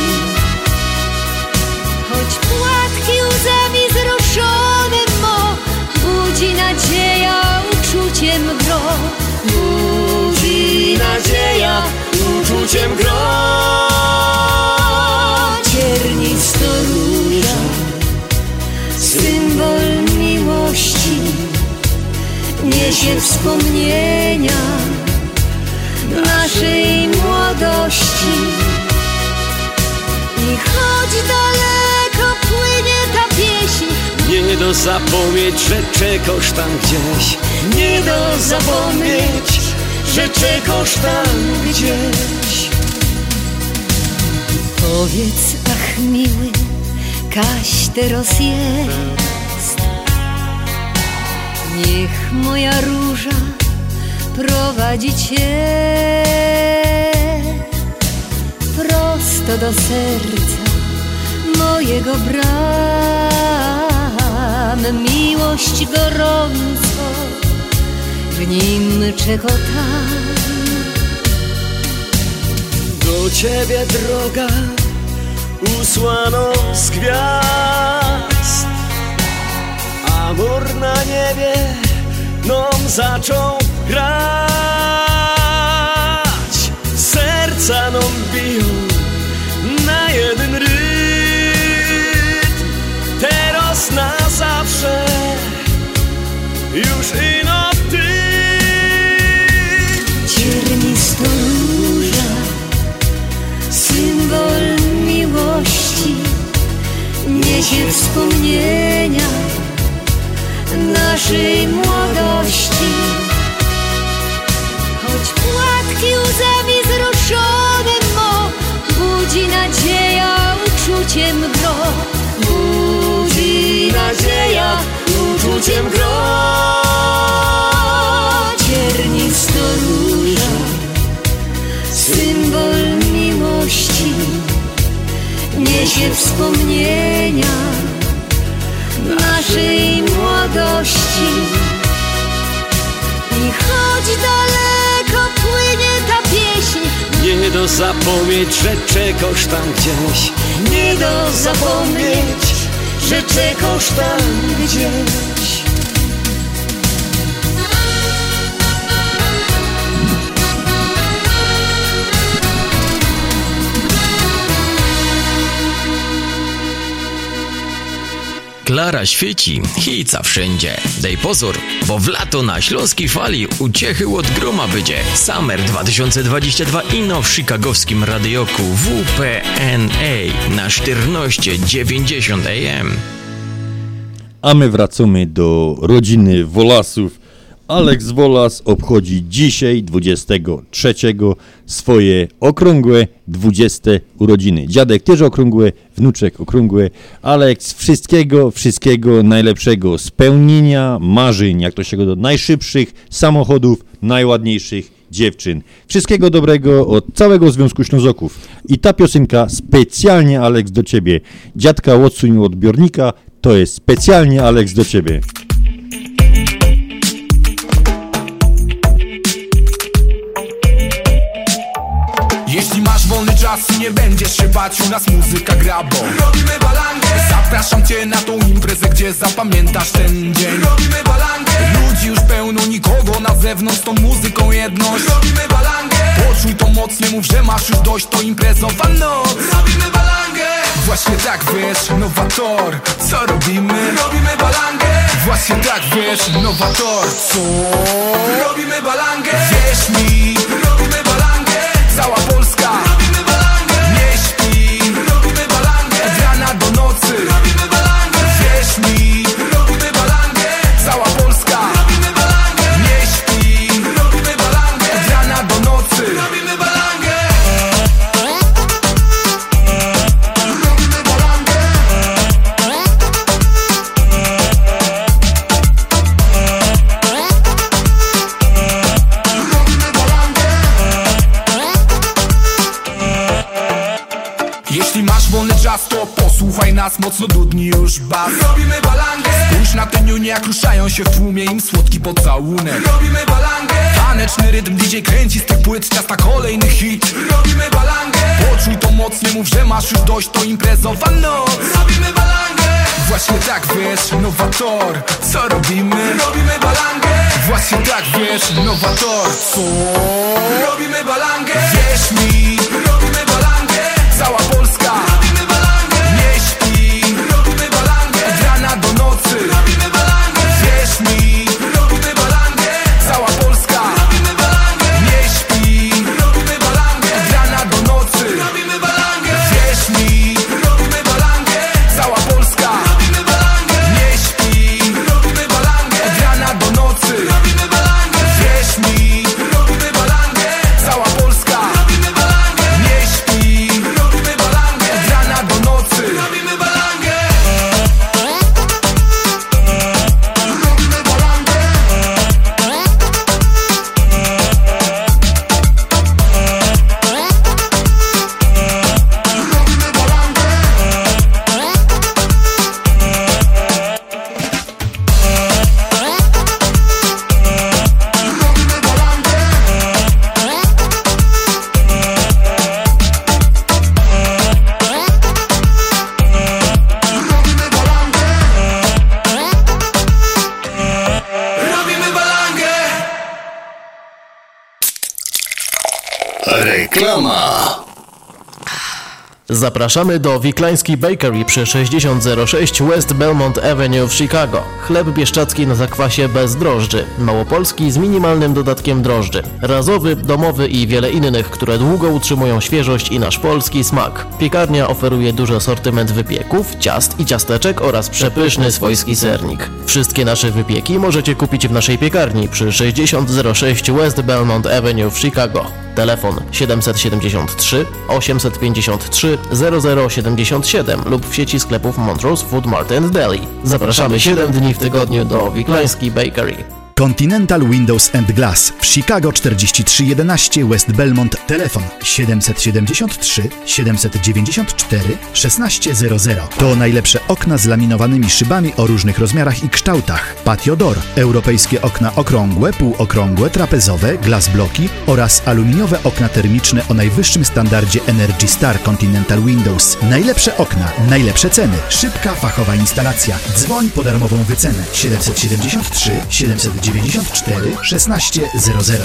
Choć płatki łzami wzruszone mo, budzi nadzieja uczuciem gro. Budzi nadzieja uczuciem gro. Ciernisto róża, symbol miłości, niesie wspomnienia naszej młodości. I choć daleko płynie ta pieśń, nie do zapomnieć, że czekasz tam gdzieś. Nie do zapomnieć, że czekasz tam gdzieś. Powiedz, ach miły, kaś teraz jest. Niech moja róża prowadzi Cię prosto do serca mojego bram. Miłość gorąco w nim czekota. Do Ciebie droga usłano z gwiazd, amor na niebie nam zaczął grać. Serca nam wspomnienia naszej młodości. Choć płatki łzami wzruszone mo, budzi nadzieja uczuciem gro. Budzi nadzieja uczuciem gro. Ciernisto róża, symbol miłości, niesie wspomnienia naszej młodości. I choć daleko płynie ta pieśń, nie do zapomnieć, że czegoś tam gdzieś. nie do zapomnieć, że czegoś tam gdzieś. Klara świeci, hica wszędzie. Dej pozór, bo w lato na śląskiej fali uciechy od groma będzie. Summer dwa tysiące dwadzieścia dwa ino w chicagowskim radioku W P N A na czternaście dziewięćdziesiąt A M. A my wracamy do rodziny Wolasów. Alex Wolas obchodzi dzisiaj, dwudziestego trzeciego, swoje okrągłe dwudzieste urodziny. Dziadek też okrągłe, wnuczek okrągłe. Alex, wszystkiego, wszystkiego najlepszego, spełnienia marzeń, jak to się go do najszybszych samochodów, najładniejszych dziewczyn. Wszystkiego dobrego od całego Związku Ślązoków. I ta piosenka specjalnie, Alex, do ciebie. Dziadka odsuń od odbiornika, to jest specjalnie, Alex, do ciebie. Jeśli masz wolny czas i nie będziesz się bać, u nas muzyka gra, bo robimy balangę. Zapraszam cię na tą imprezę, gdzie zapamiętasz ten dzień. Robimy balangę. Ludzi już pełno, nikogo na zewnątrz, tą muzyką jedność. Robimy balangę. Poczuj to mocno, mów, że masz już dość, to imprezowa noc. Robimy balangę. Właśnie tak, wiesz, nowator, co robimy? Robimy balangę. Właśnie tak, wiesz, nowator, co? Robimy balangę. Wierz mi, robimy balangę. Cała Polska, robimy balangę. Nie śpi, robimy balangę. Od rana do nocy, robimy balangę. Wierz mi, robimy balangę. Cała Polska, robimy balangę. Nie śpi, robimy balangę. Od rana do nocy, robimy balangę. Robimy balangę. Jeśli masz wolny czas, to posłuchaj nas, mocno dudni już bas. Robimy balangę. Spójrz na te niunie, jak ruszają się w tłumie, im słodki pocałunek. Robimy balangę. Taneczny rytm D J kręci z tych płyt, czas na kolejny hit. Robimy balangę. Poczuj to mocno, mów, że masz już dość, to imprezowa noc. Robimy balangę. Właśnie tak, wiesz, nowator, co robimy? Robimy balangę. Właśnie tak, wiesz, nowator, co? Robimy balangę. Wierz mi, robimy balangę. Cała Polska, robimy balangę. Nie śpi, robimy balangę. Od rana do nocy, robimy balangę. Wierz mi, robimy balangę. Cała Polska, robimy balangę. Nie śpi, robimy balangę. Od rana do nocy, robimy balangę. Wierz mi, robimy balangę. Cała Polska, robimy balangę. Nie śpi, robimy balangę. Od rana do nocy, robimy balangę. Wierz mi, robimy balangę. Cała Polska, robimy balangę. Nie śpi, robimy balangę. Od rana do nocy, robimy balangę. Robimy balangę. Robimy balangę. Robimy balangę. Robimy balangę. Robimy balangę. Reklama. Zapraszamy do Wiklański Bakery przy sześćdziesiąt zero sześć West Belmont Avenue w Chicago. Chleb bieszczacki na zakwasie bez drożdży, małopolski z minimalnym dodatkiem drożdży, razowy, domowy i wiele innych, które długo utrzymują świeżość i nasz polski smak. Piekarnia oferuje duży asortyment wypieków, ciast i ciasteczek oraz przepyszny swojski sernik. Wszystkie nasze wypieki możecie kupić w naszej piekarni przy sześćdziesiąt zero sześć West Belmont Avenue w Chicago. Telefon siedemset siedemdziesiąt trzy osiemset pięćdziesiąt trzy zero zero siedemdziesiąt siedem lub w sieci sklepów Montrose Food Mart and Deli. Zapraszamy siedem dni w tygodniu do Wiklański Bakery. Continental Windows and Glass w Chicago czterdzieści trzy jedenaście West Belmont. Telefon siedemset siedemdziesiąt trzy siedemset dziewięćdziesiąt cztery szesnaście zero zero. To najlepsze okna z laminowanymi szybami o różnych rozmiarach i kształtach. Patio Door, europejskie okna okrągłe, półokrągłe, trapezowe, glass bloki oraz aluminiowe okna termiczne o najwyższym standardzie Energy Star Continental Windows. Najlepsze okna, najlepsze ceny, szybka, fachowa instalacja. Dzwoń po darmową wycenę siedemset siedemdziesiąt trzy siedemset dziewięćdziesiąt cztery szesnaście zero zero.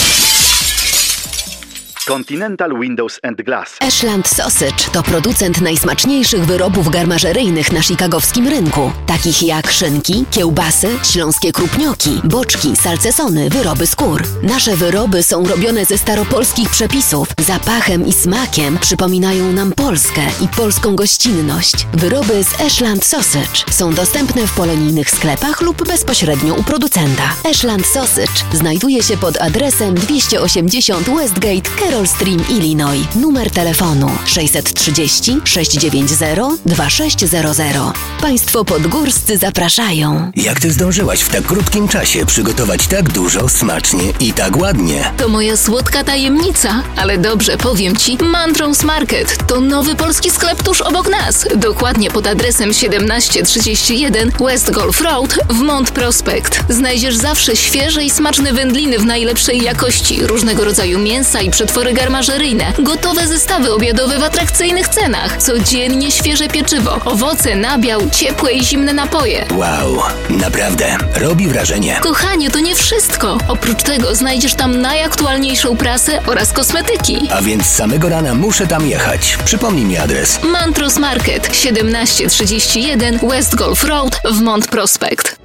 Continental Windows and Glass. Ashland Sausage to producent najsmaczniejszych wyrobów garmażeryjnych na chicagowskim rynku, takich jak szynki, kiełbasy, śląskie krupnioki, boczki, salcesony, wyroby skór. Nasze wyroby są robione ze staropolskich przepisów. Zapachem i smakiem przypominają nam Polskę i polską gościnność. Wyroby z Ashland Sausage są dostępne w polonijnych sklepach lub bezpośrednio u producenta. Ashland Sausage znajduje się pod adresem dwieście osiemdziesiąt Westgate, Carroll Stream, Illinois. Numer telefonu sześćset trzydzieści sześćset dziewięćdziesiąt dwa sześć zero zero. Państwo podgórscy zapraszają. Jak ty zdążyłaś w tak krótkim czasie przygotować tak dużo, smacznie i tak ładnie? To moja słodka tajemnica, ale dobrze powiem ci. Montrose Market to nowy polski sklep tuż obok nas. Dokładnie pod adresem siedemnaście trzydzieści jeden West Golf Road w Mont Prospect. Znajdziesz zawsze świeże i smaczne wędliny w najlepszej jakości, różnego rodzaju mięsa i przetwory garmażeryjne, gotowe zestawy obiadowe w atrakcyjnych cenach, codziennie świeże pieczywo, owoce, nabiał, ciepłe i zimne napoje. Wow, naprawdę, robi wrażenie. Kochanie, to nie wszystko. Oprócz tego znajdziesz tam najaktualniejszą prasę oraz kosmetyki. A więc z samego rana muszę tam jechać. Przypomnij mi adres. Montrose Market, siedemnaście trzydzieści jeden West Golf Road w Mont Prospect.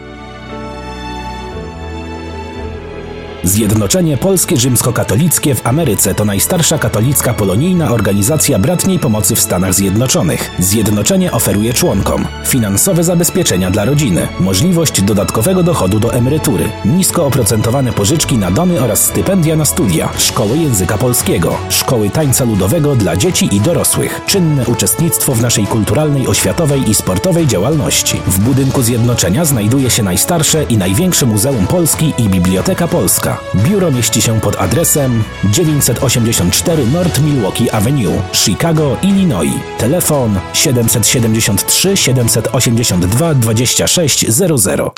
Zjednoczenie Polskie Rzymskokatolickie w Ameryce to najstarsza katolicka polonijna organizacja bratniej pomocy w Stanach Zjednoczonych. Zjednoczenie oferuje członkom finansowe zabezpieczenia dla rodziny, możliwość dodatkowego dochodu do emerytury, nisko oprocentowane pożyczki na domy oraz stypendia na studia, szkoły języka polskiego, szkoły tańca ludowego dla dzieci i dorosłych, czynne uczestnictwo w naszej kulturalnej, oświatowej i sportowej działalności. W budynku Zjednoczenia znajduje się najstarsze i największe Muzeum Polski i Biblioteka Polska. Biuro mieści się pod adresem dziewięćset osiemdziesiąt cztery North Milwaukee Avenue, Chicago, Illinois. Telefon siedemset siedemdziesiąt trzy siedemset osiemdziesiąt dwa dwadzieścia sześć zero zero.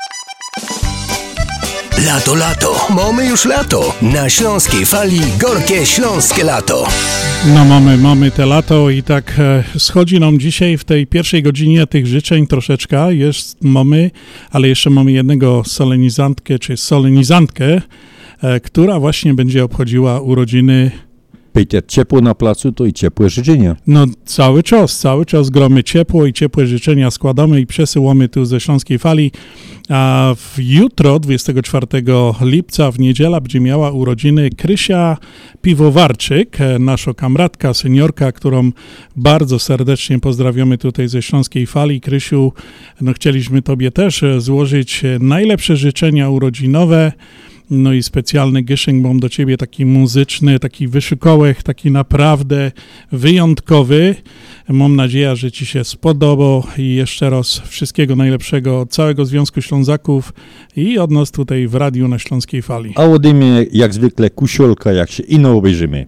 Lato, lato. Mamy już lato. Na Śląskiej Fali gorkie śląskie lato. No mamy, mamy te lato i tak e, schodzi nam dzisiaj w tej pierwszej godzinie tych życzeń troszeczkę. Jest mamy, ale jeszcze mamy jednego solenizantkę, czy solenizantkę, e, która właśnie będzie obchodziła urodziny. Peter, ciepło na placu to i ciepłe życzenia. No cały czas, cały czas gromy ciepło i ciepłe życzenia składamy i przesyłamy tu ze Śląskiej Fali. A w jutro, dwudziestego czwartego lipca, w niedzielę, będzie miała urodziny Krysia Piwowarczyk, nasza kamratka, seniorka, którą bardzo serdecznie pozdrawiamy tutaj ze Śląskiej Fali. Krysiu, no chcieliśmy tobie też złożyć najlepsze życzenia urodzinowe. No i specjalny gyszynk mam do ciebie, taki muzyczny, taki wyszykołek, taki naprawdę wyjątkowy. Mam nadzieję, że ci się spodobał i jeszcze raz wszystkiego najlepszego od całego Związku Ślązaków i od nas tutaj w radiu na Śląskiej Fali. A ode mnie jak zwykle kusiolka, jak się ino obejrzymy.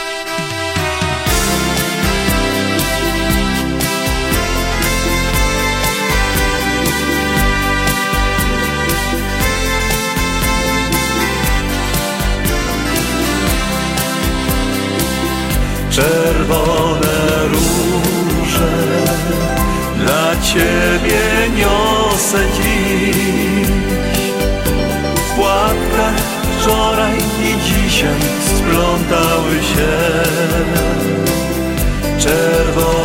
Czerwone róże dla Ciebie niosę dziś. W płatkach wczoraj i dzisiaj splątały się czerwone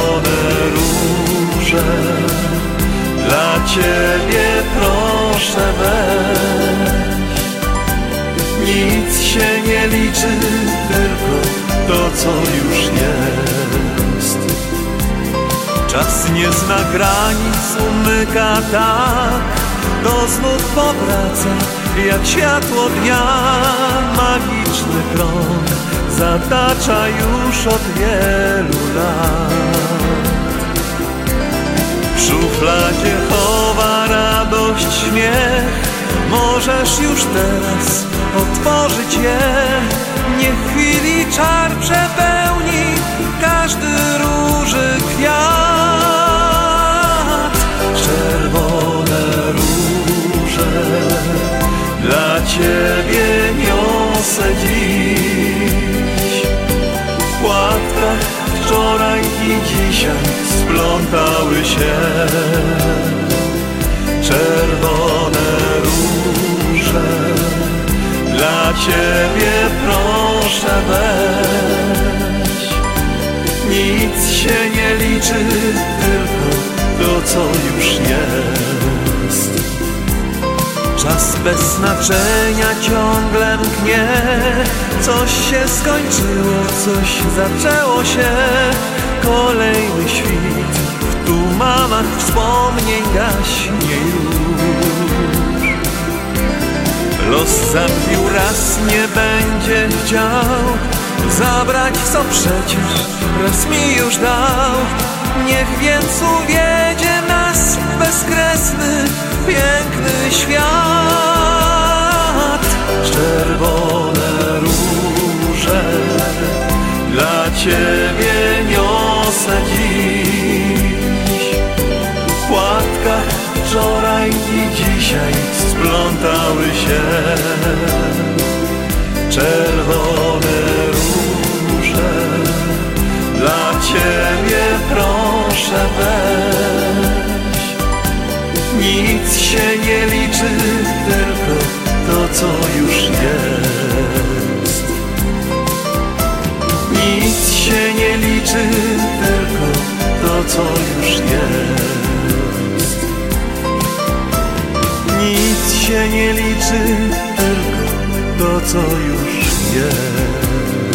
liczy tylko to, co już jest. Czas nie zna granic, umyka tak, to znów powraca jak światło dnia. Magiczny krąg zatacza już od wielu lat. W szufladzie chowa radość, śmiech, możesz już teraz otworzyć je. Niech w chwili czar przepełni każdy róży kwiat. Czerwone róże dla Ciebie niosę dziś. W płatkach wczoraj i dzisiaj splątały się czerwone róże. Dla Ciebie proszę weź. Nic się nie liczy, tylko to, co już jest. Czas bez znaczenia ciągle mknie. Coś się skończyło, coś zaczęło się. Kolejny świt w tumanach wspomnień gaśnie już. Los zabił raz, nie będzie chciał zabrać, co przecież raz mi już dał. Niech więc uwiedzie nas w bezkresny, piękny świat. Czerwone róże dla Ciebie niosę dziś. W płatkach wczoraj i dzisiaj splątały się czerwone róże. Dla Ciebie proszę weź. Nic się nie liczy, tylko to, co już jest. Nic się nie liczy, tylko to, co już jest. Nic się nie liczy, tylko to, co już jest.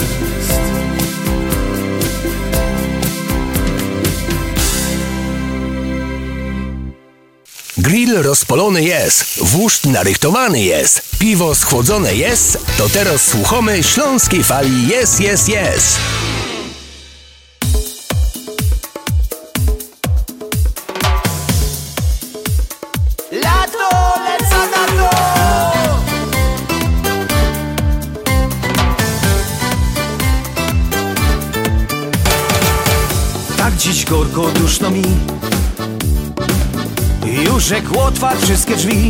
Grill rozpolony jest, wóżd narychtowany jest, piwo schłodzone jest, to teraz słuchamy Śląskiej Fali jest, jest, jest. Lato, leca na to! Tak dziś gorko duszno mi, już jak otwarł wszystkie drzwi.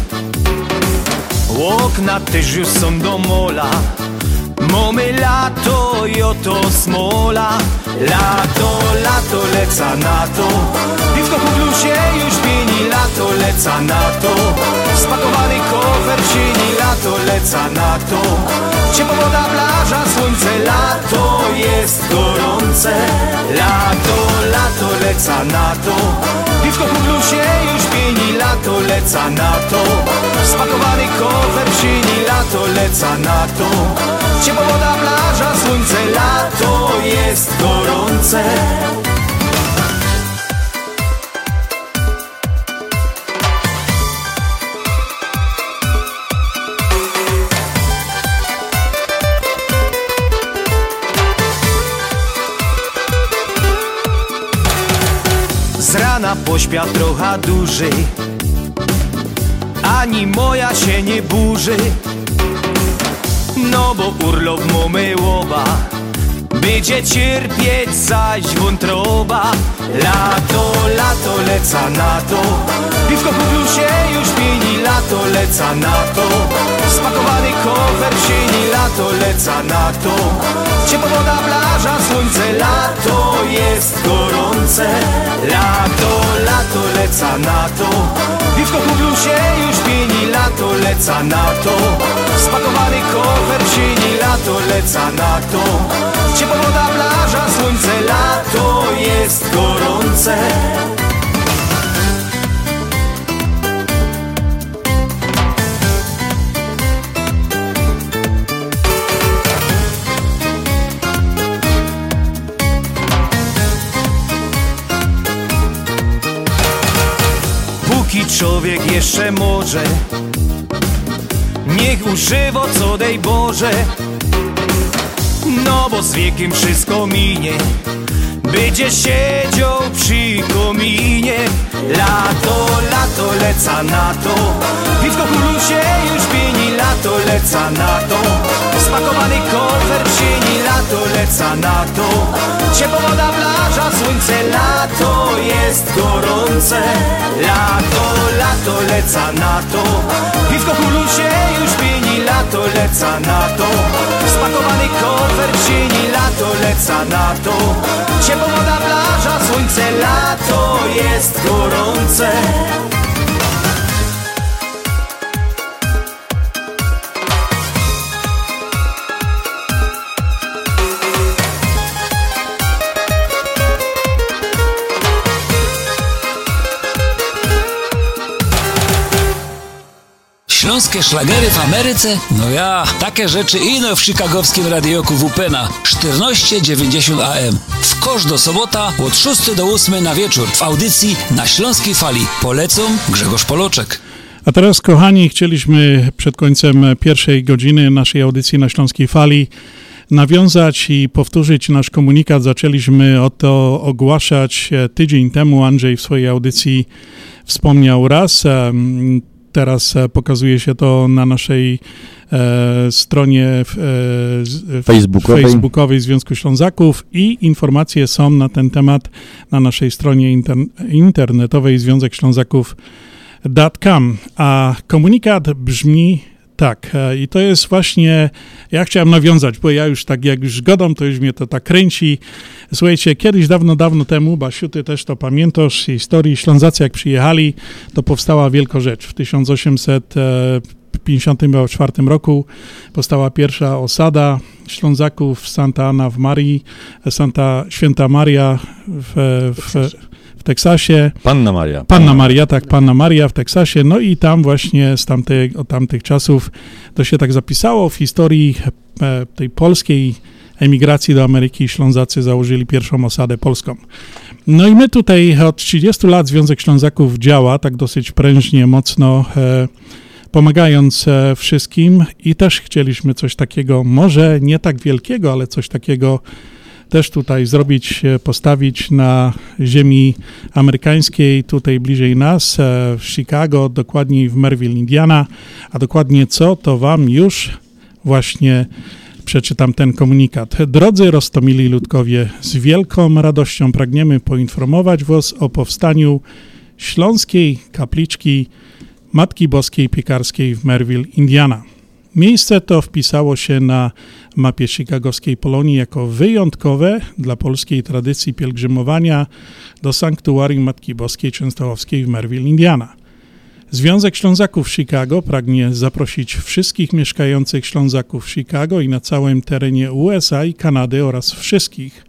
Okna też już są do mola. Mamy lato i oto smola. Lato, lato, leca na to. Piwko po blusie już pieni. Lato, leca na to. Spakowany kofer w sieni. Lato, leca na to. Ciepła woda, plaża, słońce. Lato jest gorące. Lato, lato, leca na to. Piwko po blusie już pieni. Lato, leca na to. Spakowany kofer w sieni. Lato, leca na to. Ciepła woda, plaża, słońce. Lato jest gorące. Z rana pośpia trochę dłużej, ani moja się nie burzy. No bo urlop mamy łoba, będzie cierpieć zaś wątroba. Lato, lato, leca na to. Piwko po blusie już pieni. Lato, leca na to. Spakowany kofer w sieni. Lato, leca na to. Ciepła woda, plaża, słońce. Lato jest gorące. Lato, lato, leca na to. Piwko po blusie już pieni. Lato, leca na to. Spakowany kofer w sieni. Lato, leca na to. Ciepła woda, plaża, słońce. Lato jest gorące. człowiek jeszcze może, niech używa co dej Boże. No bo z wiekiem wszystko minie, będzie siedział przy kominie. Lato, lato, leca na to, piwko kulu się już pieni. Lato, leca na to, spakowany kofer w sieni. Lato, leca na to, ciepła woda, plaża, słońce. Lato jest gorące. Lato, lato, leca na to, piwko kulu się już pieni. Lato, leca na to, spakowany kofer w sieni. Lato, leca na to, ciepła woda, plaża, słońce. Lato jest gorące. Śląskie szlagery w Ameryce? No ja, takie rzeczy ino w chicagowskim radioku W P na czternaście dziewięćdziesiąt A M. W każdą sobota od szóstej do ósmej na wieczór w audycji Na Śląskiej Fali. Polecą Grzegorz Poloczek. A teraz, kochani, chcieliśmy przed końcem pierwszej godziny naszej audycji Na Śląskiej Fali nawiązać i powtórzyć nasz komunikat. Zaczęliśmy o to ogłaszać tydzień temu. Andrzej w swojej audycji wspomniał raz. Teraz pokazuje się to na naszej e, stronie e, facebookowej. facebookowej Związku Ślązaków i informacje są na ten temat na naszej stronie inter, internetowej związek ślązaków kropka com. A komunikat brzmi tak, i to jest właśnie, ja chciałem nawiązać, bo ja już tak jak już gadam, to już mnie to tak kręci. Słuchajcie, kiedyś dawno, dawno temu, Basiu, ty też to pamiętasz, z historii Ślązacy jak przyjechali, to powstała wielka rzecz. W tysiąc osiemset pięćdziesiątym czwartym roku powstała pierwsza osada Ślązaków w Santa Ana w Marii, Santa Święta Maria w, w w Teksasie. Panna Maria. Panna Maria, tak, Panna Maria w Teksasie. No i tam właśnie z tamtych, od tamtych czasów to się tak zapisało w historii e, tej polskiej emigracji do Ameryki. Ślązacy założyli pierwszą osadę polską. No i my tutaj od trzydziestu lat Związek Ślązaków działa tak dosyć prężnie, mocno, e, pomagając e, wszystkim i też chcieliśmy coś takiego, może nie tak wielkiego, ale coś takiego też tutaj zrobić, postawić na ziemi amerykańskiej, tutaj bliżej nas, w Chicago, dokładniej w Merville, Indiana, a dokładnie co, to wam już właśnie przeczytam ten komunikat. Drodzy roztomili ludkowie, z wielką radością pragniemy poinformować was o powstaniu Śląskiej Kapliczki Matki Boskiej Piekarskiej w Merville, Indiana. Miejsce to wpisało się na mapie chicagowskiej Polonii jako wyjątkowe dla polskiej tradycji pielgrzymowania do sanktuarium Matki Boskiej Częstochowskiej w Merville, Indiana. Związek Ślązaków Chicago pragnie zaprosić wszystkich mieszkających Ślązaków w Chicago i na całym terenie U S A i Kanady oraz wszystkich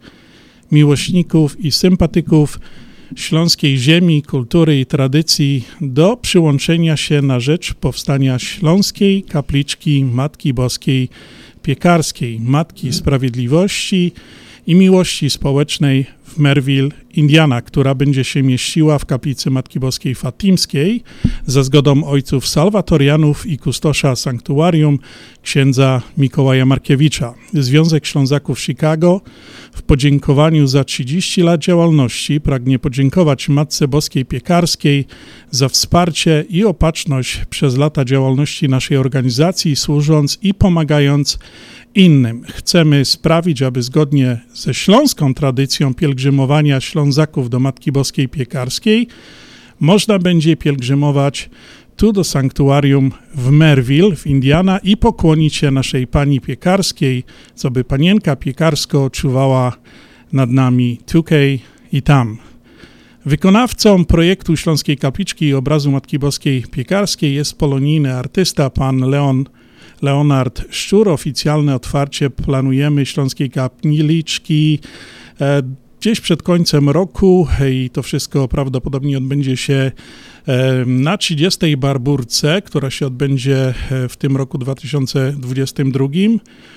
miłośników i sympatyków śląskiej ziemi, kultury i tradycji do przyłączenia się na rzecz powstania Śląskiej Kapliczki Matki Boskiej Piekarskiej, Matki Sprawiedliwości i Miłości Społecznej w Merville, Indiana, która będzie się mieściła w kaplicy Matki Boskiej Fatimskiej za zgodą ojców salwatorianów i kustosza sanktuarium księdza Mikołaja Markiewicza. Związek Ślązaków Chicago w podziękowaniu za trzydzieści lat działalności pragnie podziękować Matce Boskiej Piekarskiej za wsparcie i opatrzność przez lata działalności naszej organizacji, służąc i pomagając innym. Chcemy sprawić, aby zgodnie ze śląską tradycją pielgrzymowania Ślązaków do Matki Boskiej Piekarskiej można będzie pielgrzymować tu do sanktuarium w Merville w Indiana i pokłonić się naszej Pani Piekarskiej, co by Panienka Piekarsko czuwała nad nami tutaj i tam. Wykonawcą projektu Śląskiej Kapliczki i obrazu Matki Boskiej Piekarskiej jest polonijny artysta pan Leon Leonard Szczur. Oficjalne otwarcie planujemy Śląskiej Kapliczki e, gdzieś przed końcem roku i to wszystko prawdopodobnie odbędzie się e, na trzydziestej Barburce, która się odbędzie w tym roku dwa tysiące dwudziestym drugim.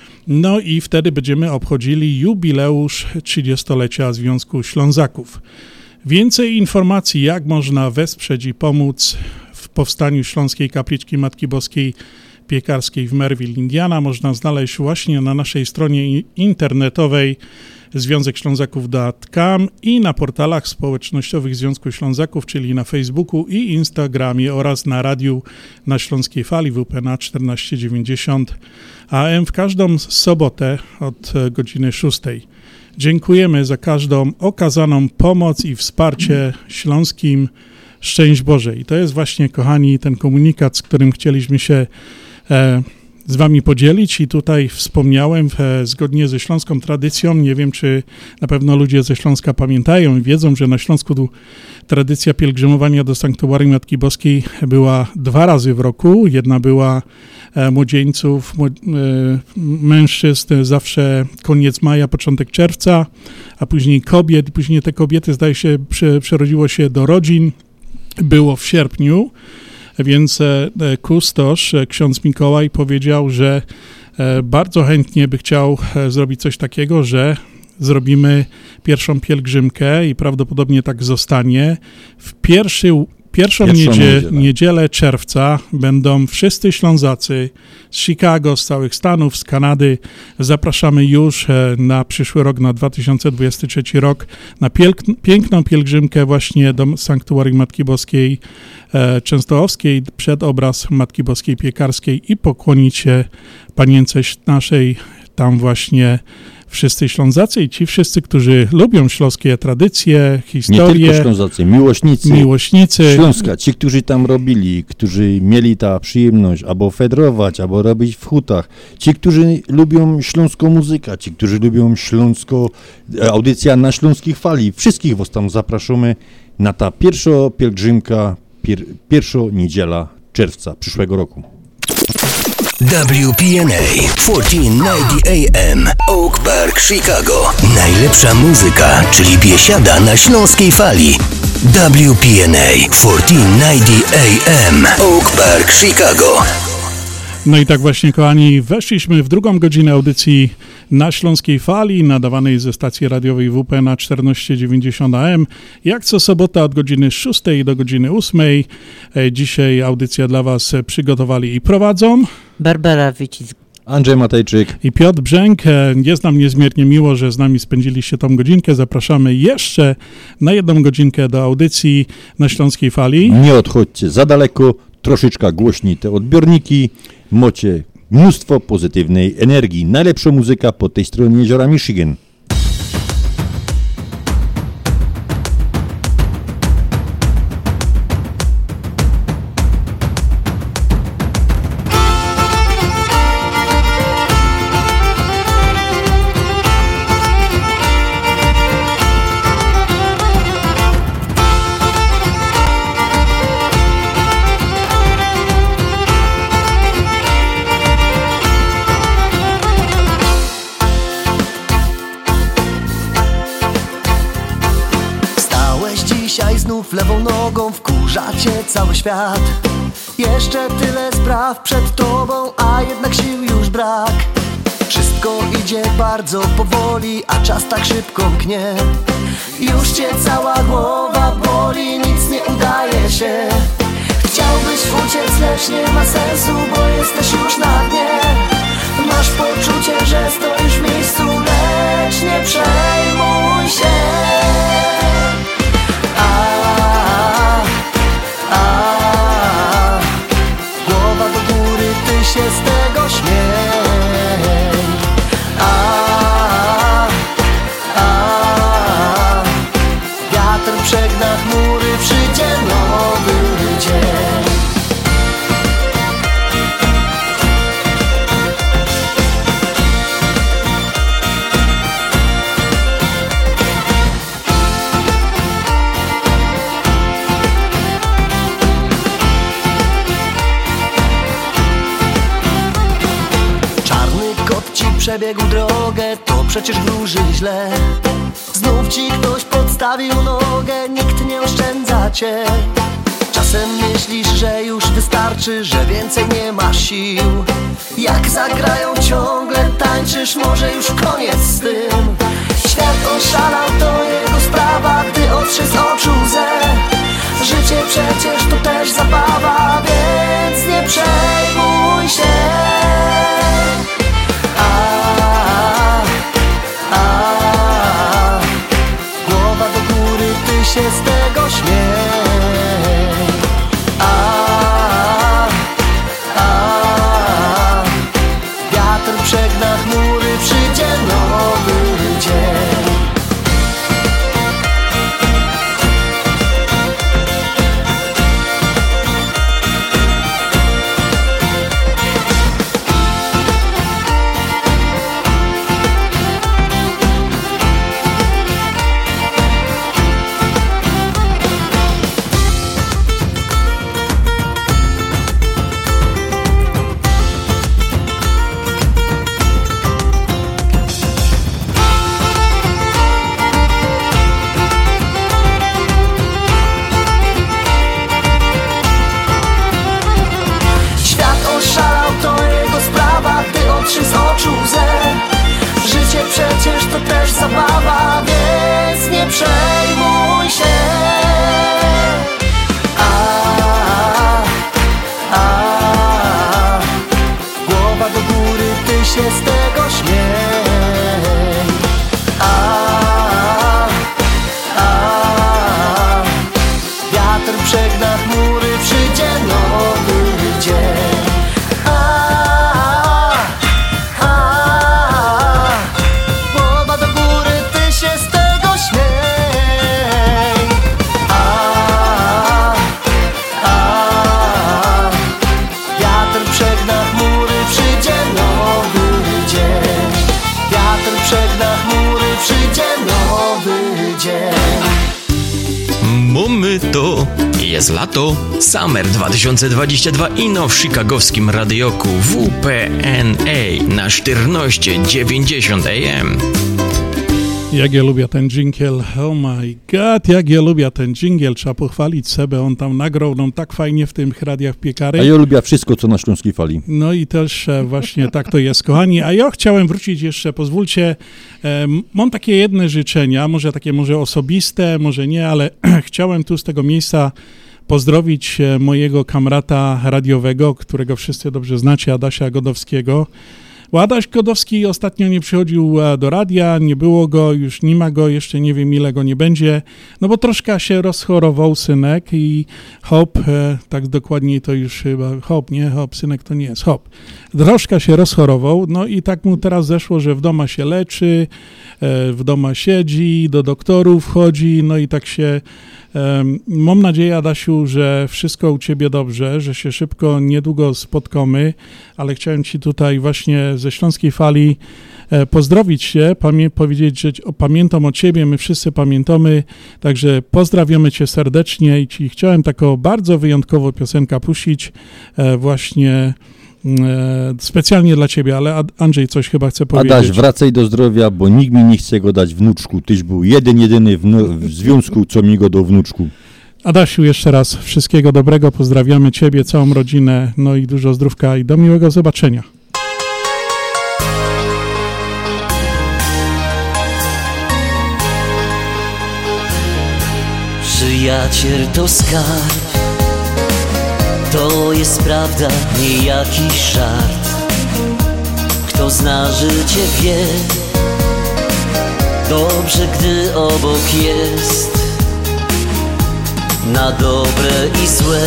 No i wtedy będziemy obchodzili jubileusz trzydziestolecia Związku Ślązaków. Więcej informacji, jak można wesprzeć i pomóc powstaniu Śląskiej Kapliczki Matki Boskiej Piekarskiej w Merville, Indiana, można znaleźć właśnie na naszej stronie internetowej związek ślązaków kropka com i na portalach społecznościowych Związku Ślązaków, czyli na Facebooku i Instagramie oraz na radiu na Śląskiej Fali W P N A czternaście dziewięćdziesiąt A M w każdą sobotę od godziny szóstej. Dziękujemy za każdą okazaną pomoc i wsparcie śląskim. Szczęść Boże. I to jest właśnie, kochani, ten komunikat, z którym chcieliśmy się e, z wami podzielić i tutaj wspomniałem, e, zgodnie ze śląską tradycją, nie wiem, czy na pewno ludzie ze Śląska pamiętają i wiedzą, że na Śląsku tu tradycja pielgrzymowania do Sanktuarium Matki Boskiej była dwa razy w roku. Jedna była e, młodzieńców, m, e, mężczyzn zawsze koniec maja, początek czerwca, a później kobiet. Później te kobiety, zdaje się, prze, przerodziło się do rodzin. Było w sierpniu, więc kustosz, ksiądz Mikołaj powiedział, że bardzo chętnie by chciał zrobić coś takiego, że zrobimy pierwszą pielgrzymkę i prawdopodobnie tak zostanie. W pierwszy, pierwszą Pierwszą niedzielę, niedzielę. niedzielę czerwca będą wszyscy Ślązacy z Chicago, z całych Stanów, z Kanady. Zapraszamy już na przyszły rok, na dwa tysiące dwudziesty trzeci rok, na pielk- piękną pielgrzymkę właśnie do Sanktuarium Matki Boskiej e, Częstochowskiej, przed obraz Matki Boskiej Piekarskiej i pokłonić się Panience naszej tam właśnie wszyscy Ślązacy i ci wszyscy, którzy lubią śląskie tradycje, historię. Nie tylko Ślązacy, miłośnicy, miłośnicy Śląska, ci, którzy tam robili, którzy mieli ta przyjemność albo fedrować, albo robić w hutach, ci, którzy lubią śląską muzykę, ci, którzy lubią śląsko, audycja na Śląskich Fali. Wszystkich was tam zapraszamy na ta pierwsza pielgrzymka, pier, pierwsza niedziela czerwca przyszłego roku. W P N A czternaście dziewięćdziesiąt A M Oak Park, Chicago. Najlepsza muzyka, czyli biesiada na Śląskiej Fali. W P N A czternaście dziewięćdziesiąt A M Oak Park, Chicago. No i tak właśnie, kochani, weszliśmy w drugą godzinę audycji na Śląskiej Fali, nadawanej ze stacji radiowej W P N A czternaście dziewięćdziesiąt A M. Jak co sobota od godziny szóstej do godziny ósmej. Dzisiaj audycję dla was przygotowali i prowadzą Barbara Wycisk, Andrzej Matejczyk i Piotr Brzęk. Jest nam niezmiernie miło, że z nami spędziliście tą godzinkę. Zapraszamy jeszcze na jedną godzinkę do audycji na Śląskiej Fali. Nie odchodźcie za daleko, troszeczkę głośniej te odbiorniki, macie mnóstwo pozytywnej energii. Najlepsza muzyka po tej stronie jeziora Michigan. Lewą nogą wkurzacie cały świat. Jeszcze tyle spraw przed tobą, a jednak sił już brak. Wszystko idzie bardzo powoli, a czas tak szybko mknie. Już cię cała głowa boli, nic nie udaje się. Chciałbyś uciec, lecz nie ma sensu, bo jesteś już na dnie. Masz poczucie, że stoisz w miejscu, lecz nie przejmuj się. A, a, głowa do góry, ty się z tego śmiej. A, a, wiatr przegna chmury, przyjdzie nowy dzień. Przebiegł drogę, to przecież wróży źle. Znów ci ktoś podstawił nogę, nikt nie oszczędza cię. Czasem myślisz, że już wystarczy, że więcej nie masz sił. Jak zagrają ciągle tańczysz, może już koniec z tym. Świat oszalał, to jego sprawa, gdy otrze z oczu łzę. Życie przecież to też zabawa, się z tego śmiej. A, a, wiatr przegna chmury, przyjdzie nowy dzień. Z oczu łzę. Życie przecież to też zabawa, więc nie przejmuj się. A, a, głowa do góry, ty się z tego śmiej. A, a, wiatr przegna chmury, przyjdzie nowy dzień. Mamy to, jest lato, Summer dwa tysiące dwadzieścia dwa ino w chicagowskim radioku W P N A na czternaście dziewięćdziesiąt A M. Jak ja lubię ten dżingiel, oh my god, jak ja lubię ten dżingiel, trzeba pochwalić Sebę, on tam nagrał nam tak fajnie w tych radiach piekary. A ja lubię wszystko, co na Śląskiej Fali. No i też e, właśnie tak to jest, kochani. A ja chciałem wrócić jeszcze, pozwólcie, e, mam takie jedne życzenia, może takie może osobiste, może nie, ale chciałem tu z tego miejsca pozdrowić e, mojego kamrata radiowego, którego wszyscy dobrze znacie, Adasia Godowskiego. Bo Adaś Godowski ostatnio nie przychodził do radia, nie było go, już nie ma go, jeszcze nie wiem ile go nie będzie, no bo troszkę się rozchorował synek i hop, e, tak dokładniej to już chyba, hop, nie, hop, synek to nie jest, hop. Troszkę się rozchorował, no i tak mu teraz zeszło, że w domu się leczy, e, w domu siedzi, do doktorów chodzi, no i tak się... Mam nadzieję, Adasiu, że wszystko u ciebie dobrze, że się szybko, niedługo spotkamy, ale chciałem ci tutaj właśnie ze Śląskiej Fali pozdrowić się, pamię- powiedzieć, że pamiętam o ciebie, my wszyscy pamiętamy, także pozdrawiamy cię serdecznie i ci chciałem taką bardzo wyjątkową piosenkę puścić właśnie specjalnie dla ciebie, ale Andrzej coś chyba chce powiedzieć. Adaś, wracaj do zdrowia, bo nikt mi nie chce go dać wnuczku. Tyś był jeden, jedyny wnu- w związku, co mi go dał wnuczku. Adasiu, jeszcze raz wszystkiego dobrego, pozdrawiamy ciebie, całą rodzinę, no i dużo zdrówka i do miłego zobaczenia. Przyjaciel to skarb, to jest prawda, nie jakiś żart. Kto zna życie wie, dobrze gdy obok jest. Na dobre i złe,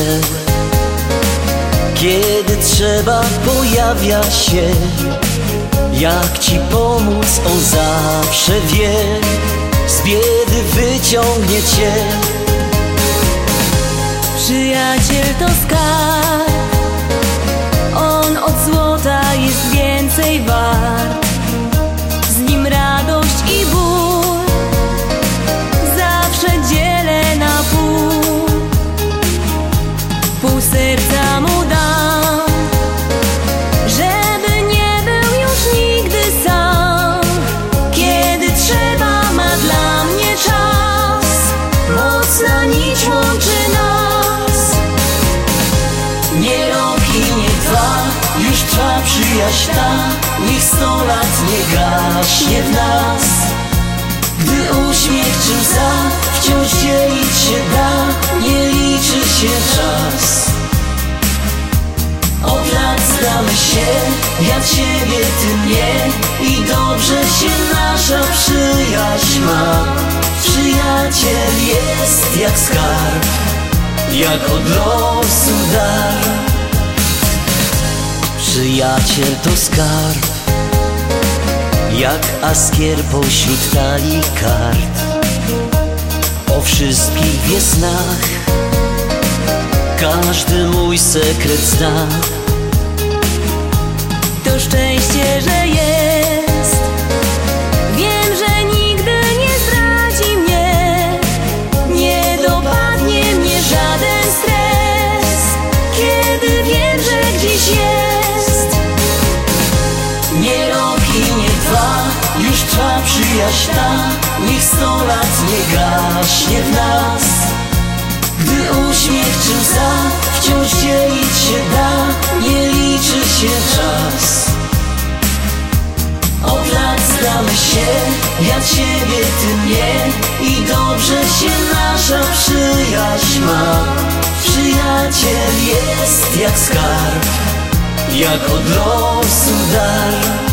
kiedy trzeba pojawia się. Jak ci pomóc, on zawsze wie, z biedy wyciągnie cię. Przyjaciel to skarb, on od złota jest więcej wart. Z nim radość i ból zawsze dzielę na pół. Pół serca mu dam, żeby nie był już nigdy sam. Kiedy trzeba, ma dla mnie czas, mocna nić łączy nas. Nie rok i nie dwa, już trwa przyjaźń ta, niech sto lat nie gaśnie w nas. Gdy uśmiech czy łza wciąż dzielić się da, nie liczy się czas. Od lat znamy się, ja ciebie, ty mnie, i dobrze się nasza przyjaźń ma. Przyjaciel jest jak skarb, jak od losu dar. Przyjaciel to skarb, jak askier pośród talii kart. O wszystkich wie snach, każdy mój sekret zna. To szczęście, że jest. Wiem, że nigdy nie zdradzi mnie. Nie dopadnie mnie żaden stres, kiedy wiem, że gdzieś jest. Nie rok i nie dwa, już trwa przyjaźń ta. Niech sto lat nie gaśnie w nas. Gdy uśmiech czy łza wciąż dzielić się da, nie liczy się czas. Od lat znamy się, ja ciebie, ty mnie, i dobrze się nasza przyjaźń ma. Przyjaciel jest jak skarb, jak od losu dar.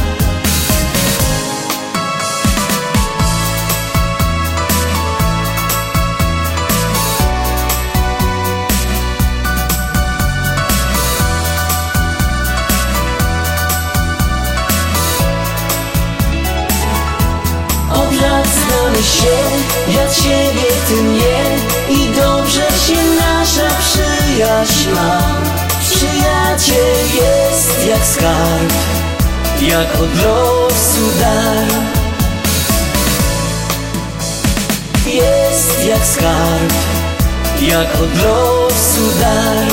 Znamy się, ja ciebie, ty mnie, i dobrze się nasza przyjaźń ma. Przyjaciel jest jak skarb, jak od losu dar. Jest jak skarb, jak od losu dar.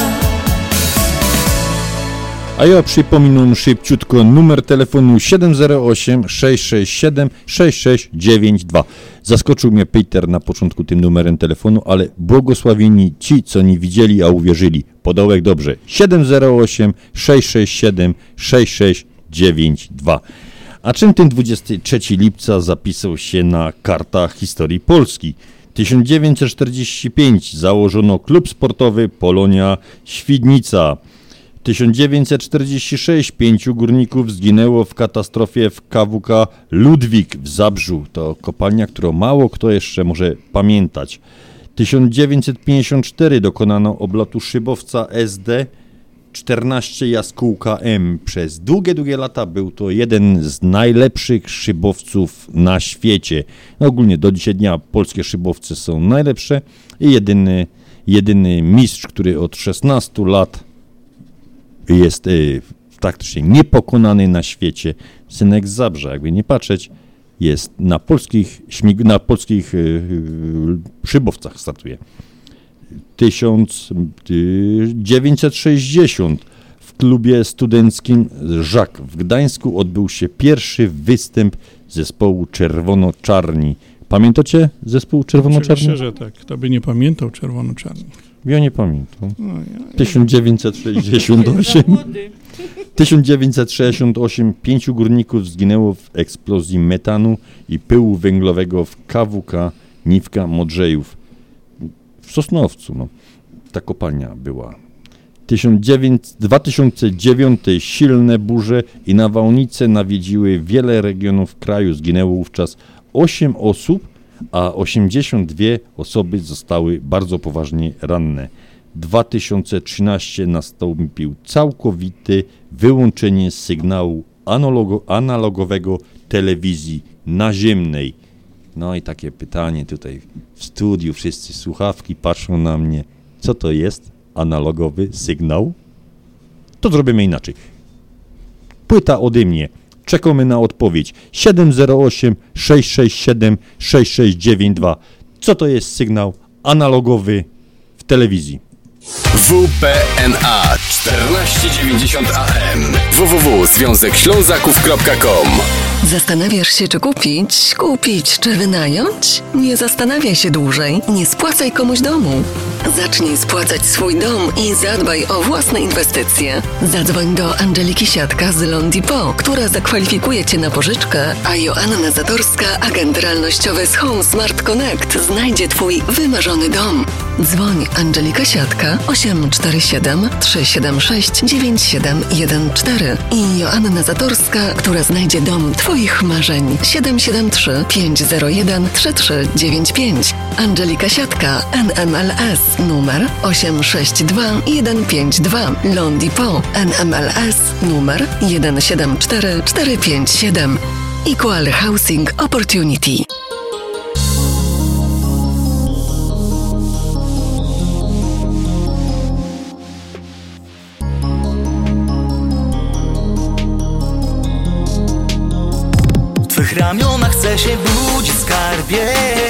A ja przypominam szybciutko numer telefonu siedem zero osiem sześć sześć siedem sześć sześć dziewięć dwa. Zaskoczył mnie Peter na początku tym numerem telefonu, ale błogosławieni ci, co nie widzieli, a uwierzyli. Podołek dobrze. siedem zero osiem sześć sześć siedem sześć sześć dziewięć dwa. A czym ten dwudziestego trzeciego lipca zapisał się na kartach historii Polski? tysiąc dziewięćset czterdziesty piąty założono klub sportowy Polonia Świdnica. tysiąc dziewięćset czterdziesty szósty pięciu górników zginęło w katastrofie w K W K Ludwik w Zabrzu. To kopalnia, którą mało kto jeszcze może pamiętać. tysiąc dziewięćset pięćdziesiąty czwarty dokonano oblotu szybowca S D czternaście Jaskółka M. Przez długie, długie lata był to jeden z najlepszych szybowców na świecie. No ogólnie do dzisiaj dnia polskie szybowce są najlepsze i jedyny, jedyny mistrz, który od szesnastu lat jest y, praktycznie niepokonany na świecie, synek z Zabrza, jakby nie patrzeć, jest na polskich, śmig- na polskich y, y, szybowcach startuje. tysiąc dziewięćset sześćdziesiąty w klubie studenckim Żak w Gdańsku odbył się pierwszy występ zespołu Czerwono-Czarni. Pamiętacie zespół Czerwono-Czarni? Oczywiście, że tak. Kto by nie pamiętał Czerwono-Czarni? Ja nie pamiętam. No, ja, tysiąc dziewięćset sześćdziesiąty ósmy. tysiąc dziewięćset sześćdziesiąty ósmy pięciu górników zginęło w eksplozji metanu i pyłu węglowego w K W K Niwka Modrzejów. W Sosnowcu, no. Ta kopalnia była. dwa tysiące dziewiąty silne burze i nawałnice nawiedziły wiele regionów kraju. Zginęło wówczas osiem osób, a osiemdziesiąt dwie osoby zostały bardzo poważnie ranne. dwa tysiące trzynasty nastąpił całkowite wyłączenie sygnału analogo- analogowego telewizji naziemnej. No i takie pytanie tutaj w studiu, wszyscy słuchawki patrzą na mnie. Co to jest analogowy sygnał? To zrobimy inaczej. Płyta ode mnie. Czekamy na odpowiedź. siedem zero osiem sześć sześć siedem sześć sześć dziewięć dwa. Co to jest sygnał analogowy w telewizji? W P N A czternaście dziewięćdziesiąt A M w w w kropka związek ślązaków kropka com. Zastanawiasz się, czy kupić, kupić, czy wynająć? Nie zastanawiaj się dłużej, nie spłacaj komuś domu. Zacznij spłacać swój dom i zadbaj o własne inwestycje. Zadzwoń do Angeliki Siatka z Londipo, która zakwalifikuje Cię na pożyczkę, a Joanna Zatorska, agent realnościowy z Home Smart Connect, znajdzie Twój wymarzony dom. Dzwoń Angelika Siatka osiem cztery siedem trzy siedem sześć dziewięć siedem jeden cztery i Joanna Zatorska, która znajdzie dom Twoich marzeń. siedem siedem trzy pięć zero jeden trzy trzy dziewięć pięć. Angelika Siatka N M L S numer osiem sześć dwa jeden pięć dwa. Londipo N M L S numer jeden siedem cztery cztery pięć siedem. Equal Housing Opportunity. W Twych ramionach chcę się budzić, skarbie,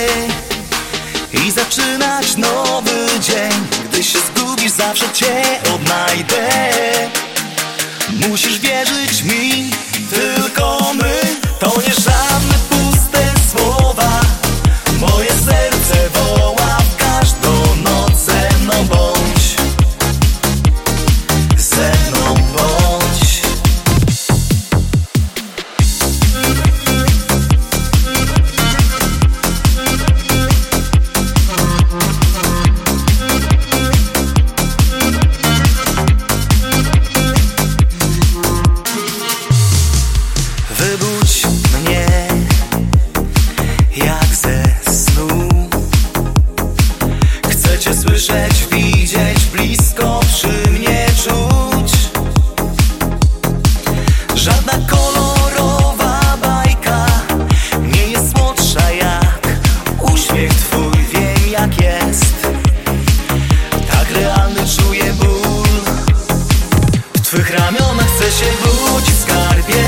i zaczynać nowy dzień. Gdy się zgubisz, zawsze Cię odnajdę. Musisz wierzyć mi, tylko my. To nie żadne puste słowa. Moje serce woła w każdą noc. Ze mną bądź, ze mną bądź. Wybudź mnie jak ze snu. Chcę Cię słyszeć, widzieć, blisko przy mnie czuć. Żadna kolorowa bajka nie jest słodsza jak uśmiech Twój. Wiem jak jest, tak realny czuję ból. W Twych ramionach chcę się budzić, skarbie,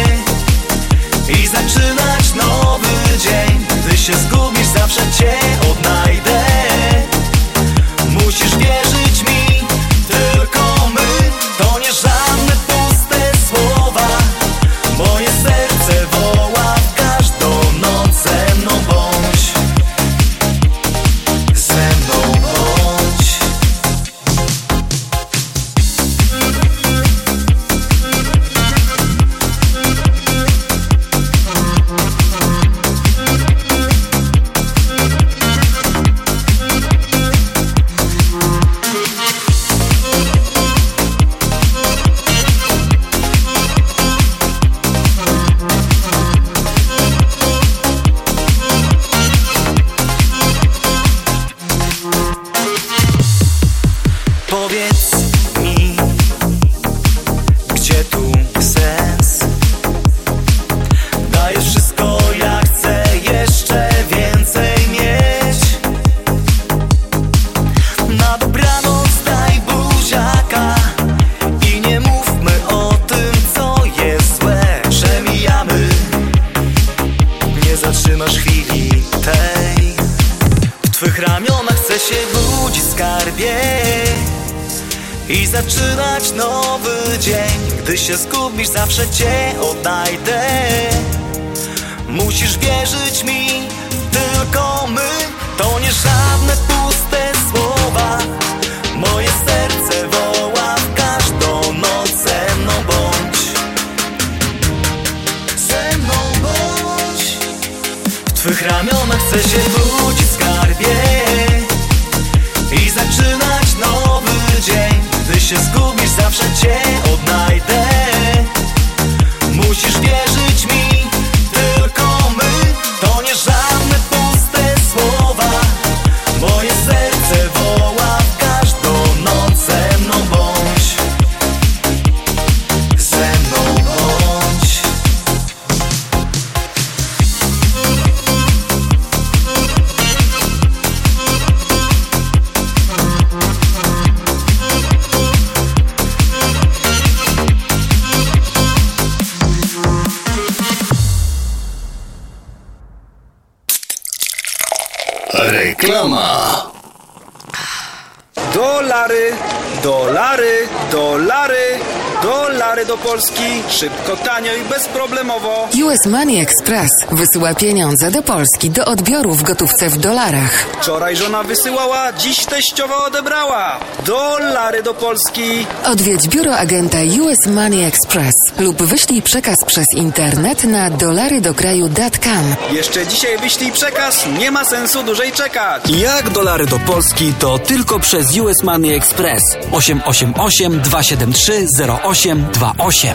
i zaczynać nowy dzień. Gdy się zgubisz, zawsze Cię odnajdę. Musisz wierzyć mi, tylko my. To nie żadne puste słowa. Moje serce woła w każdą noc. Ze mną bądź, ze mną bądź. Powiedz mi, gdzie tu sens? Dajesz wszystko, ja chcę jeszcze więcej mieć. Na dobranoc daj buziaka i nie mówmy o tym, co jest złe. Przemijamy, nie zatrzymasz chwili tej. W Twych ramionach chcę się budzić, skarbie, i zaczynać nowy dzień. Gdy się zgubisz, zawsze Cię odnajdę. Musisz wierzyć mi, tylko my. To nie żadne puste słowa. Moje serce woła w każdą noc. Ze mną bądź, ze mną bądź. W Twych ramionach chcę się budzić, skarbie, i zaczynać nowy dzień. Gdy się zgubisz, zawsze Cię odnajdę. Musisz wierzyć mi, tylko my. To nie żadne puste słowa. Moje serce woła w każdą noc. Ze mną bądź, ze mną bądź. Reklama. Dolary, dolary, dolary. Dolary do Polski, szybko, tanio i bezproblemowo. U S Money Express wysyła pieniądze do Polski do odbioru w gotówce w dolarach. Wczoraj żona wysyłała, dziś teściowa odebrała. Dolary do Polski. Odwiedź biuro agenta U S Money Express lub wyślij przekaz przez internet na dolarydokraju kropka com. Jeszcze dzisiaj wyślij przekaz, nie ma sensu dłużej czekać. Jak dolary do Polski, to tylko przez U S Money Express. osiem osiem osiem dwa siedem trzy zero osiem dwa osiem.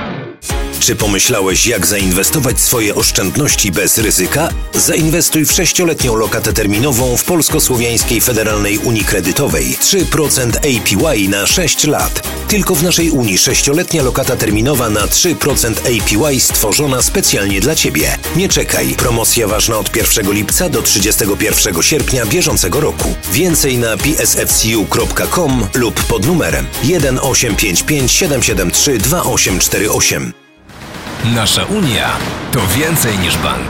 Czy pomyślałeś, jak zainwestować swoje oszczędności bez ryzyka? Zainwestuj w sześcioletnią lokatę terminową w Polsko-Słowiańskiej Federalnej Unii Kredytowej. trzy procent A P Y na sześć lat. Tylko w naszej Unii sześcioletnia lokata terminowa na trzy procent A P Y stworzona specjalnie dla Ciebie. Nie czekaj. Promocja ważna od pierwszego lipca do trzydziestego pierwszego sierpnia bieżącego roku. Więcej na p s f c u kropka com lub pod numerem jeden osiem pięć pięć siedem siedem trzy dwa osiem cztery osiem. Nasza Unia to więcej niż bank.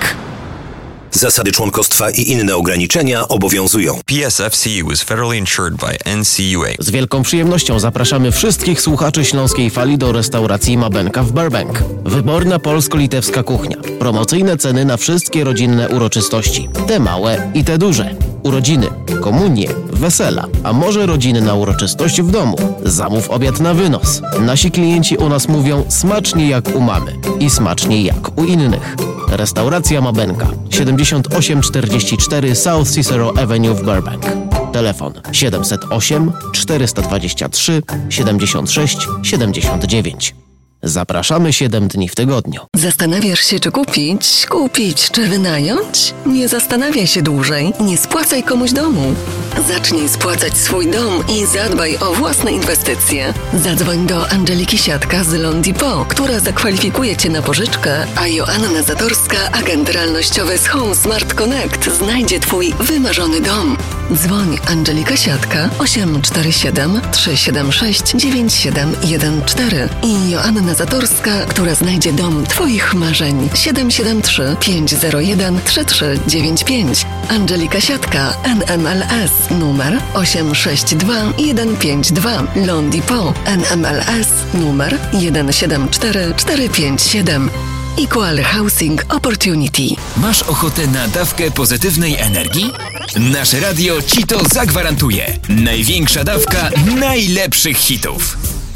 Zasady członkostwa i inne ograniczenia obowiązują. P S F C U is federally insured by N C U A. Z wielką przyjemnością zapraszamy wszystkich słuchaczy Śląskiej Fali do restauracji Mabenka w Burbank. Wyborna polsko-litewska kuchnia. Promocyjne ceny na wszystkie rodzinne uroczystości. Te małe i te duże. Urodziny, komunie, wesela, a może rodzinna uroczystość w domu. Zamów obiad na wynos. Nasi klienci u nas mówią smacznie jak u mamy i smacznie jak u innych. Restauracja Mabenka, siedemdziesiąt osiem czterdzieści cztery South Cicero Avenue w Burbank. Telefon siedem zero osiem czterysta dwadzieścia trzy siedemdziesiąt sześć siedemdziesiąt dziewięć. Zapraszamy siedem dni w tygodniu. Zastanawiasz się, czy kupić, kupić, czy wynająć? Nie zastanawiaj się dłużej, nie spłacaj komuś domu. Zacznij spłacać swój dom i zadbaj o własne inwestycje. Zadzwoń do Angeliki Siatka z Loan Depot, która zakwalifikuje Cię na pożyczkę, a Joanna Zatorska, agent realnościowy z Home Smart Connect, znajdzie Twój wymarzony dom. Dzwoń Angelika Siatka osiem cztery siedem trzy siedem sześć dziewięć siedem jeden cztery i Joanna Zatorska, która znajdzie dom Twoich marzeń siedem siedem trzy pięć zero jeden trzy trzy dziewięć pięć. Angelika Siatka N M L S numer osiem sześć dwa jeden pięć dwa. Loan Depot N M L S numer jeden siedem cztery cztery pięć siedem. Equal Housing Opportunity. Masz ochotę na dawkę pozytywnej energii? Nasze radio Ci to zagwarantuje. Największa dawka najlepszych hitów.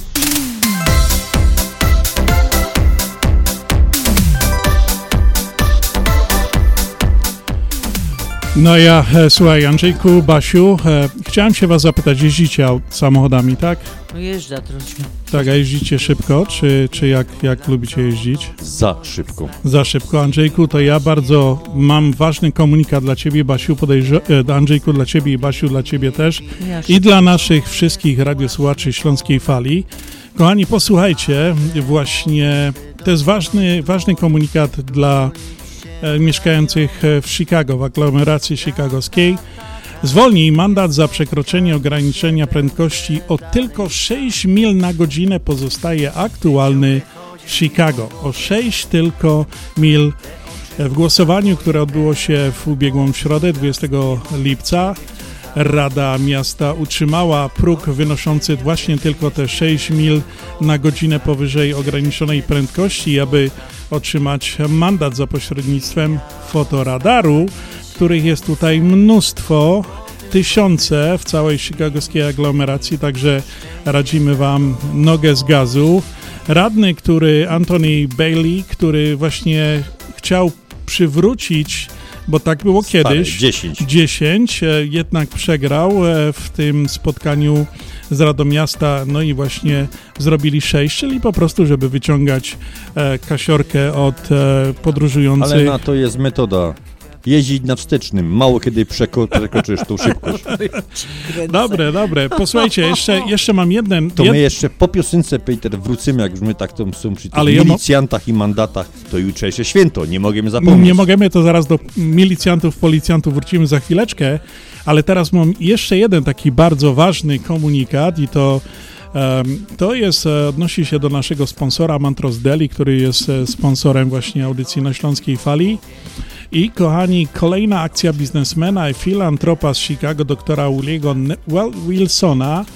No ja, e, słuchaj, Andrzejku, Basiu, e, chciałem się was zapytać, jeździcie aut, samochodami, tak? No jeżdża troszkę. Tak, a jeździcie szybko, czy, czy jak, jak lubicie jeździć? Za szybko. Za szybko. Andrzejku, to ja bardzo mam ważny komunikat dla ciebie, Basiu, podejrza- e, Andrzejku, dla ciebie i Basiu, dla ciebie też. Ja I dla naszych wszystkich radiosłuchaczy Śląskiej Fali. Kochani, posłuchajcie, właśnie to jest ważny, ważny komunikat dla e, mieszkających w Chicago, w aglomeracji chicagowskiej. Zwolnij mandat za przekroczenie ograniczenia prędkości o tylko sześć mil na godzinę pozostaje aktualny w Chicago. O sześć tylko mil. W głosowaniu, które odbyło się w ubiegłą środę, dwudziestego lipca, Rada Miasta utrzymała próg wynoszący właśnie tylko te sześć mil na godzinę powyżej ograniczonej prędkości, aby otrzymać mandat za pośrednictwem fotoradaru, których jest tutaj mnóstwo, tysiące w całej chicagowskiej aglomeracji, także radzimy wam nogę z gazu. Radny, który Anthony Bailey, który właśnie chciał przywrócić, bo tak było kiedyś, dziesięć. dziesięć, jednak przegrał w tym spotkaniu z Radą Miasta, no i właśnie zrobili sześć, czyli po prostu, żeby wyciągać kasiorkę od podróżujących. Ale na to jest metoda. Jeździć na wstecznym, mało kiedy przeko- przekroczysz tą szybkość. Dobre, dobre. Posłuchajcie, jeszcze, jeszcze mam jeden... To jed... my jeszcze po piosence, Peter, wrócimy, jak już my tak to są przy tych Ale ja milicjantach mo- i mandatach, to jutrzejsze święto, nie możemy zapomnieć. Nie możemy, to zaraz do milicjantów, policjantów wrócimy za chwileczkę, ale teraz mam jeszcze jeden taki bardzo ważny komunikat i to um, to jest, odnosi się do naszego sponsora Mantros Deli, który jest sponsorem właśnie audycji na Śląskiej Fali. I kochani, kolejna akcja biznesmena i filantropa z Chicago, doktora Williego Wilsona,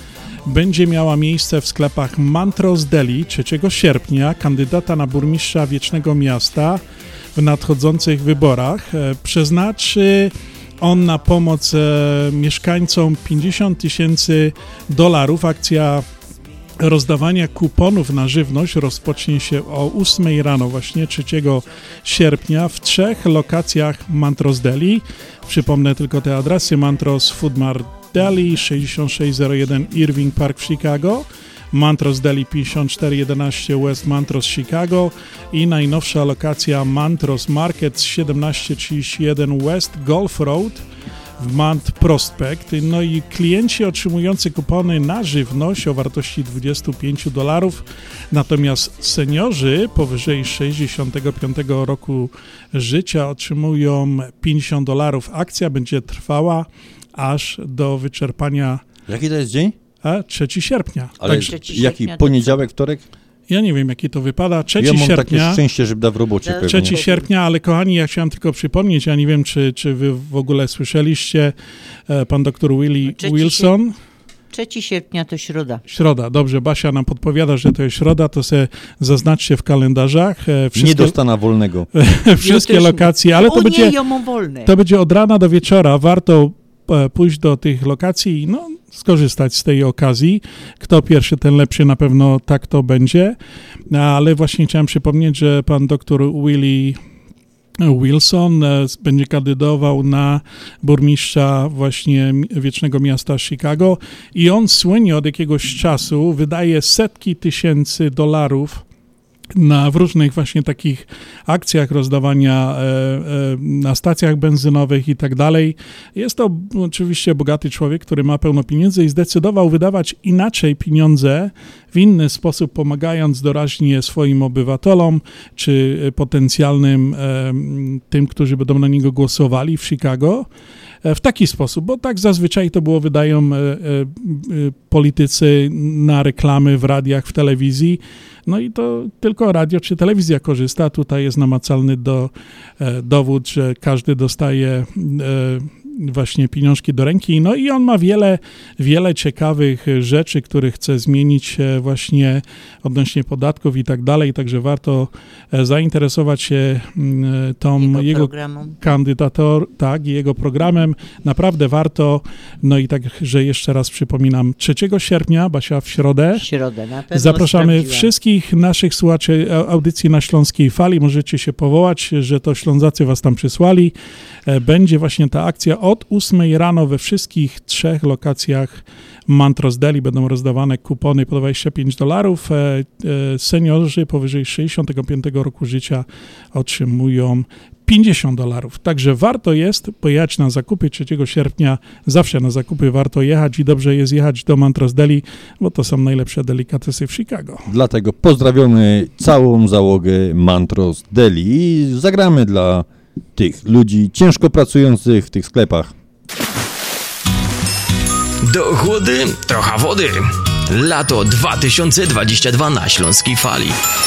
będzie miała miejsce w sklepach Montrose Deli trzeciego sierpnia. Kandydata na burmistrza Wiecznego Miasta w nadchodzących wyborach przeznaczy on na pomoc e, mieszkańcom pięćdziesiąt tysięcy dolarów. Akcja rozdawania kuponów na żywność rozpocznie się o ósmej rano, właśnie trzeciego sierpnia w trzech lokacjach Montrose Deli. Przypomnę tylko te adresy: Montrose Food Mart Deli, sześćdziesiąt sześć zero jeden Irving Park w Chicago, Montrose Deli pięćdziesiąt cztery jedenaście West Montrose Chicago i najnowsza lokacja Montrose Market siedemnaście trzydzieści jeden West Golf Road w Mount Prospect. No i klienci otrzymujący kupony na żywność o wartości dwadzieścia pięć dolarów, natomiast seniorzy powyżej sześćdziesiątego piątego roku życia otrzymują pięćdziesiąt dolarów. Akcja będzie trwała aż do wyczerpania. Jaki to jest dzień? A, trzeciego sierpnia. Ale Także, jaki? Poniedziałek, wtorek? Ja nie wiem, jaki to wypada. trzeciego ja mam sierpnia. takie szczęście, że da w robocie pewnie. trzeciego sierpnia, ale kochani, ja chciałem tylko przypomnieć, ja nie wiem, czy, czy wy w ogóle słyszeliście, pan doktor Willie Wilson. trzeciego sierpnia to środa. Środa, dobrze. Basia nam podpowiada, że to jest środa, to sobie zaznaczcie w kalendarzach. Wszystkie, nie dostana wolnego. Wszystkie ja lokacje, ale to o, będzie, nie, ja mam wolne. to będzie od rana do wieczora. Warto pójść do tych lokacji i no, skorzystać z tej okazji. Kto pierwszy, ten lepszy, na pewno tak to będzie. Ale właśnie chciałem przypomnieć, że pan doktor Willie Wilson będzie kandydował na burmistrza właśnie Wiecznego Miasta Chicago i on słynie od jakiegoś czasu, wydaje setki tysięcy dolarów na w różnych właśnie takich akcjach rozdawania e, e, na stacjach benzynowych i tak dalej. Jest to oczywiście bogaty człowiek, który ma pełno pieniędzy i zdecydował wydawać inaczej pieniądze, w inny sposób, pomagając doraźnie swoim obywatelom, czy potencjalnym e, tym, którzy będą na niego głosowali w Chicago, e, w taki sposób, bo tak zazwyczaj to było, wydają e, e, politycy na reklamy w radiach, w telewizji. No i to tylko radio czy telewizja korzysta. Tutaj jest namacalny do, e, dowód, że każdy dostaje e, właśnie pieniążki do ręki. No i on ma wiele, wiele ciekawych rzeczy, które chce zmienić właśnie odnośnie podatków i tak dalej. Także warto zainteresować się tą jego, jego kandydator, tak, jego programem. Naprawdę warto. No i także jeszcze raz przypominam, trzeciego sierpnia, Basia, w środę. W środę, na pewno zapraszamy wszystkich naszych słuchaczy audycji na Śląskiej Fali. Możecie się powołać, że to Ślązacy was tam przysłali. Będzie właśnie ta akcja od ósmej rano we wszystkich trzech lokacjach Montrose Deli. Będą rozdawane kupony po dwadzieścia pięć dolarów. Seniorzy powyżej sześćdziesiątego piątego roku życia otrzymują pięćdziesiąt dolarów. Także warto jest pojechać na zakupy trzeciego sierpnia. Zawsze na zakupy warto jechać i dobrze jest jechać do Montrose Deli, bo to są najlepsze delikatesy w Chicago. Dlatego pozdrawiamy całą załogę Montrose Deli i zagramy dla tych ludzi ciężko pracujących w tych sklepach. Do chłody trochę wody. Lato dwa tysiące dwudziesty drugi na Śląskiej Fali.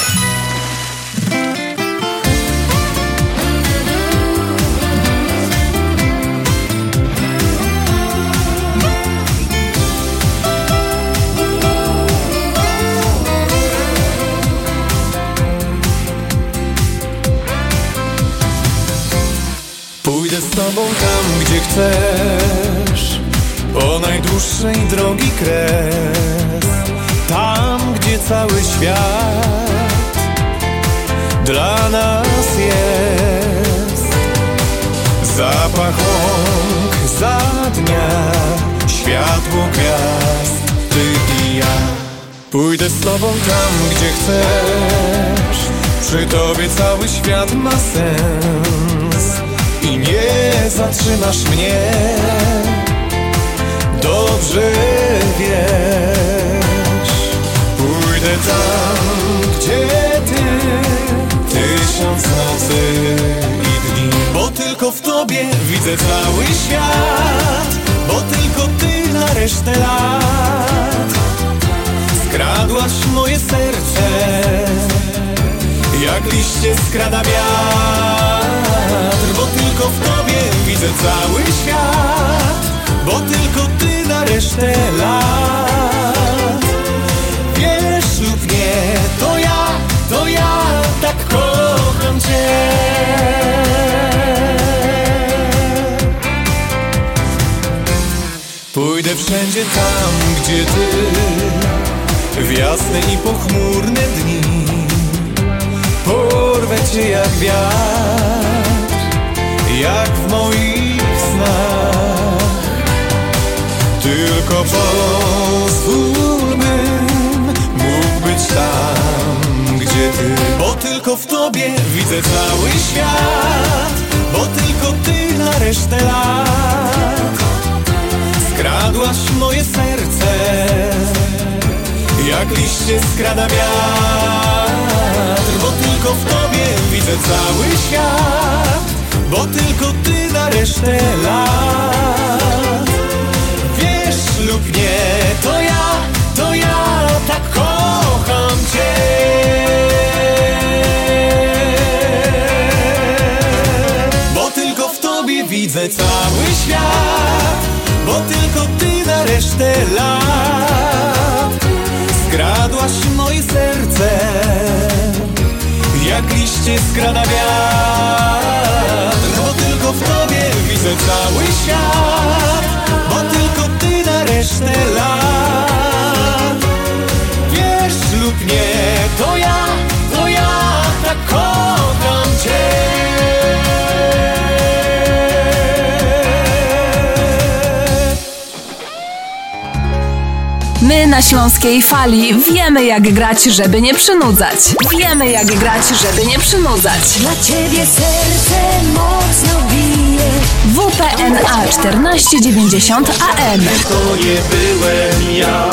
Pójdę z tobą tam, gdzie chcesz, po najdłuższej drogi kres, tam, gdzie cały świat dla nas jest. Zapach łąk za dnia, światło gwiazd, ty i ja. Pójdę z tobą tam, gdzie chcesz, przy tobie cały świat ma sens i nie zatrzymasz mnie. Dobrze wiesz, pójdę tam, gdzie ty, tysiąc nocy i dni. Bo tylko w tobie widzę cały świat, bo tylko ty na resztę lat skradłaś moje serce, jak liście skrada wiatr. Bo tylko w tobie widzę cały świat, bo tylko ty na resztę lat Cię. Pójdę wszędzie tam, gdzie Ty, w jasne i pochmurne dni. Porwę Cię jak wiatr, jak w moich snach. Tylko pozwól, bym mógł być tam, gdzie Ty. Bo tylko w Tobie widzę cały świat, bo tylko Ty na resztę lat skradłaś moje serce, jak liście skrada wiatr. Bo tylko w Tobie widzę cały świat, bo tylko Ty na resztę lat. Wiesz lub nie, to ja, to ja tak kocham Cię. Bo tylko w Tobie widzę cały świat, bo tylko Ty na resztę lat skradłaś moje serce, jak liście skrada wiatr. Bo tylko w Tobie widzę cały świat, bo tylko Ty na resztę lat. Wiesz lub nie, to ja, to ja tak kocham Cię. My na Śląskiej Fali wiemy, jak grać, żeby nie przynudzać. Wiemy, jak grać, żeby nie przynudzać. Dla Ciebie serce mocno bije. W P N A czternaście dziewięćdziesiąt A M. To nie byłem ja.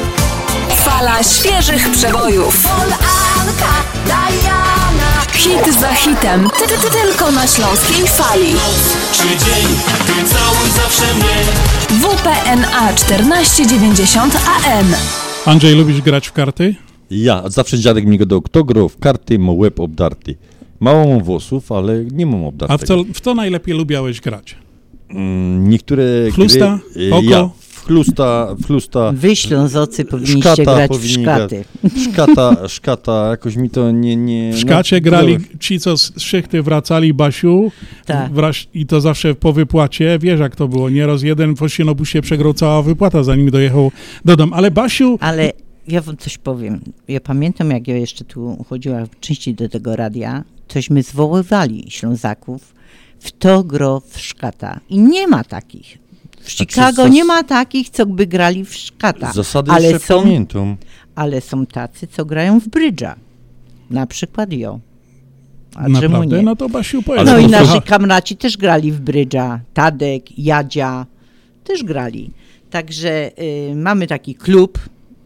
Fala świeżych przebojów. Polanka, Diana. Hit za hitem. Ty, ty, ty, tylko na Śląskiej Fali. Noc czy dzień, Ty całuj zawsze mnie. W P N A czternaście dziewięćdziesiąt A M. Andrzej, lubisz grać w karty? Ja, zawsze dziadek mi gadał, kto grał w karty, ma łeb obdarty. Mało mam włosów, ale nie mam obdartego. A w co, w co najlepiej lubiałeś grać? Mm, niektóre Chlusta? gry... Oko? Ja, w chlusta, w chlusta... Wy Ślązocy powinniście szkata, grać powinni w szkaty. Grać. Szkata, szkata, jakoś mi to nie... nie W szkacie no, grali grałem. ci, co z szychty wracali, Basiu, Tak. wraś, i to zawsze po wypłacie, wiesz jak to było, nieraz jeden w Ościenobusie przegrał cała wypłata, zanim dojechał do domu. Ale Basiu... Ale ja wam coś powiem. Ja pamiętam, jak ja jeszcze tu chodziłam częściej do tego radia, tośmy zwoływali Ślązaków w to gro w szkata. I nie ma takich. W Chicago zas- nie ma takich, co by grali w szkata. Zasady ale jeszcze są, pamiętam. ale są tacy, co grają w brydża. Na przykład jo. A czemu Naprawdę? nie? No to Basiu powiedz. No i to- nasi kamraci też grali w brydża. Tadek, Jadzia też grali. Także y, mamy taki klub.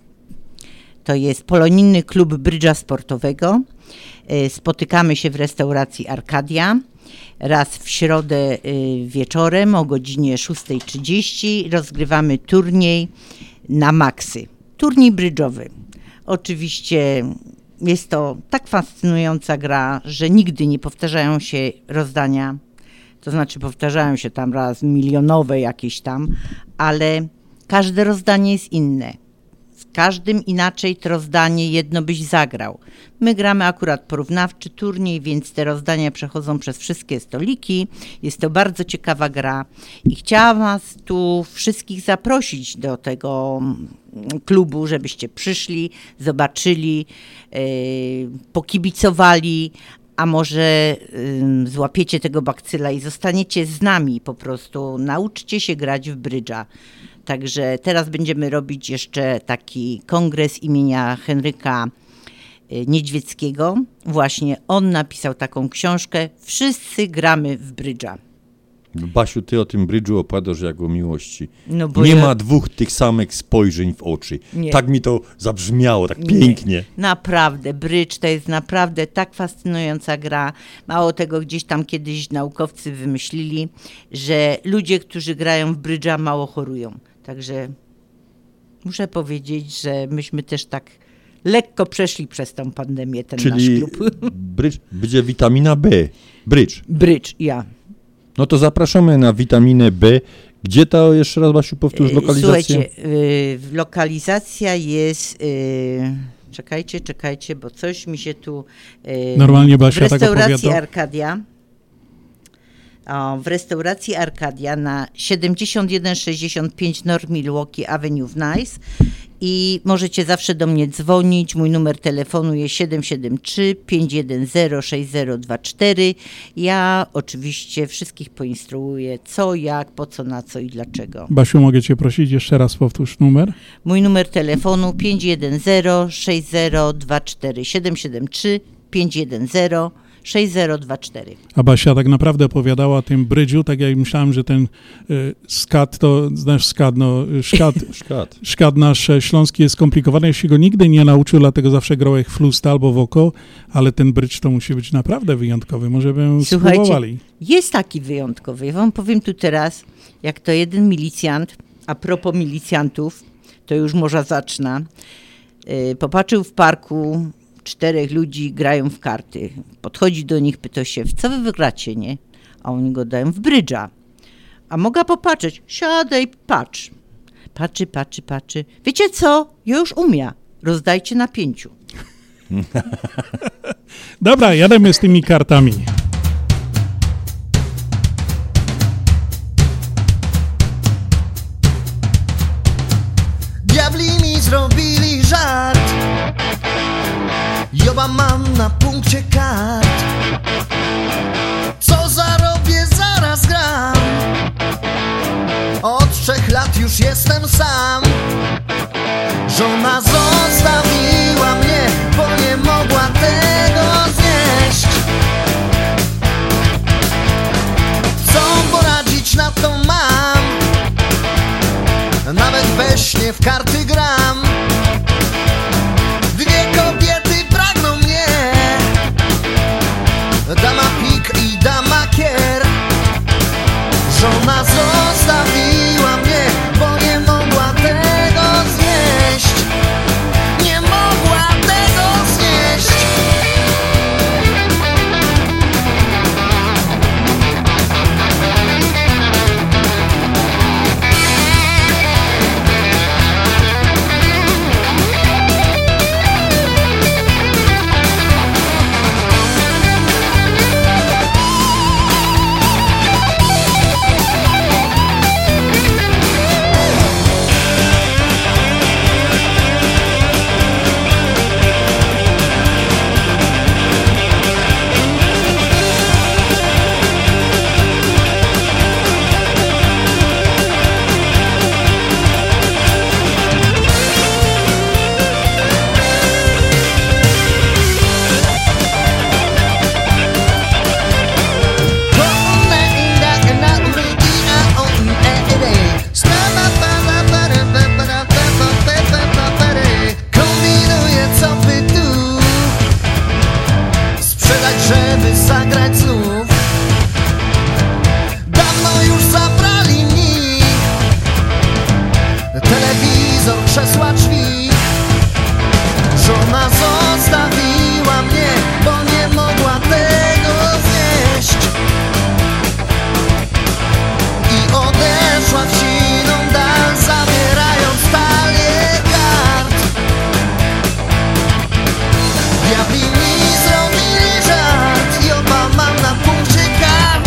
To jest Polonijny Klub Brydża Sportowego. Y, spotykamy się w restauracji Arkadia raz w środę y, wieczorem o godzinie szósta trzydzieści. Rozgrywamy turniej na maksy. Turniej brydżowy. Oczywiście jest to tak fascynująca gra, że nigdy nie powtarzają się rozdania. To znaczy powtarzają się tam raz milionowe jakieś tam, ale każde rozdanie jest inne. Z każdym inaczej to rozdanie jedno byś zagrał. My gramy akurat porównawczy turniej, więc te rozdania przechodzą przez wszystkie stoliki. Jest to bardzo ciekawa gra i chciałam was tu wszystkich zaprosić do tego klubu, żebyście przyszli, zobaczyli, yy, pokibicowali, a może y, złapiecie tego bakcyla i zostaniecie z nami po prostu. Nauczcie się grać w brydża. Także teraz będziemy robić jeszcze taki kongres imienia Henryka y, Niedźwieckiego. Właśnie on napisał taką książkę Wszyscy gramy w brydża. Basiu, ty o tym brydżu opowiadasz jak o miłości. No bo nie ja... ma dwóch tych samych spojrzeń w oczy. Nie. Tak mi to zabrzmiało, tak pięknie. Nie. Naprawdę, brydż to jest naprawdę tak fascynująca gra. Mało tego, gdzieś tam kiedyś naukowcy wymyślili, że ludzie, którzy grają w brydża, mało chorują. Także muszę powiedzieć, że myśmy też tak lekko przeszli przez tą pandemię, ten Czyli nasz klub. brydż będzie witamina B. Brydż. Brydż, ja. No to zapraszamy na witaminę B. Gdzie to jeszcze raz, Basiu, powtórz lokalizację? Słuchajcie, y, lokalizacja jest y, Czekajcie, czekajcie, bo coś mi się tu... Yy, Normalnie Basia w restauracji tak opowiada. Arkadia. O, w restauracji Arkadia na siedemdziesiąt jeden sześćdziesiąt pięć North Milwaukee Avenue w Nice i możecie zawsze do mnie dzwonić. Mój numer telefonu jest siedem siedem trzy pięć jeden zero sześć zero dwa cztery. Ja oczywiście wszystkich poinstruuję co, jak, po co, na co i dlaczego. Basiu, mogę cię prosić, jeszcze raz powtórz numer? Mój numer telefonu pięć jeden zero sześć zero dwa cztery siedem siedem trzy pięć jeden zero sześć zero dwa cztery. A Basia tak naprawdę opowiadała o tym brydżu, tak jak myślałem, że ten y, skat to, znasz skat, no szkat, szkat. szkat nasz śląski jest skomplikowany, ja się go nigdy nie nauczył, dlatego zawsze grał jak flusta albo woko, ale ten brydż to musi być naprawdę wyjątkowy, może bym spróbowali. Jest taki wyjątkowy, ja wam powiem tu teraz, jak to jeden milicjant, a propos milicjantów, to już może zacznę, yy, popatrzył w parku, czterech ludzi grają w karty. Podchodzi do nich, pyta się, w co wy wygracie, nie? A oni go dają w brydża. A mogę popatrzeć? Siadaj, patrz. Patrzy, patrzy, patrzy. Wiecie co? Ja już umiem. Rozdajcie na pięciu. Dobra, jademy z tymi kartami. Diabli mi zrobili żart. Joba mam na punkcie kart. Co zarobię, zaraz gram. Od trzech lat już jestem sam. Żona zostawiła mnie, bo nie mogła tego znieść. Co poradzić, na to mam. Nawet we śnie w karty gram. Dwie kobiety pragną mnie. Dama pik i dama kier. Żona zostawiła mnie, bo nie mogła tego znieść. Nie mogła tego znieść. Kombinuję, co by tu sprzedać, żeby zagrać znów. Dawno już zabrali mi telewizor, krzesła, drzwi. Żona zostawiła mnie, bo nie mogła tego znieść. I odeszła w siną dal, zabierając talię kart. Diabli mi zrobili żart, Joba mam na punkcie kart.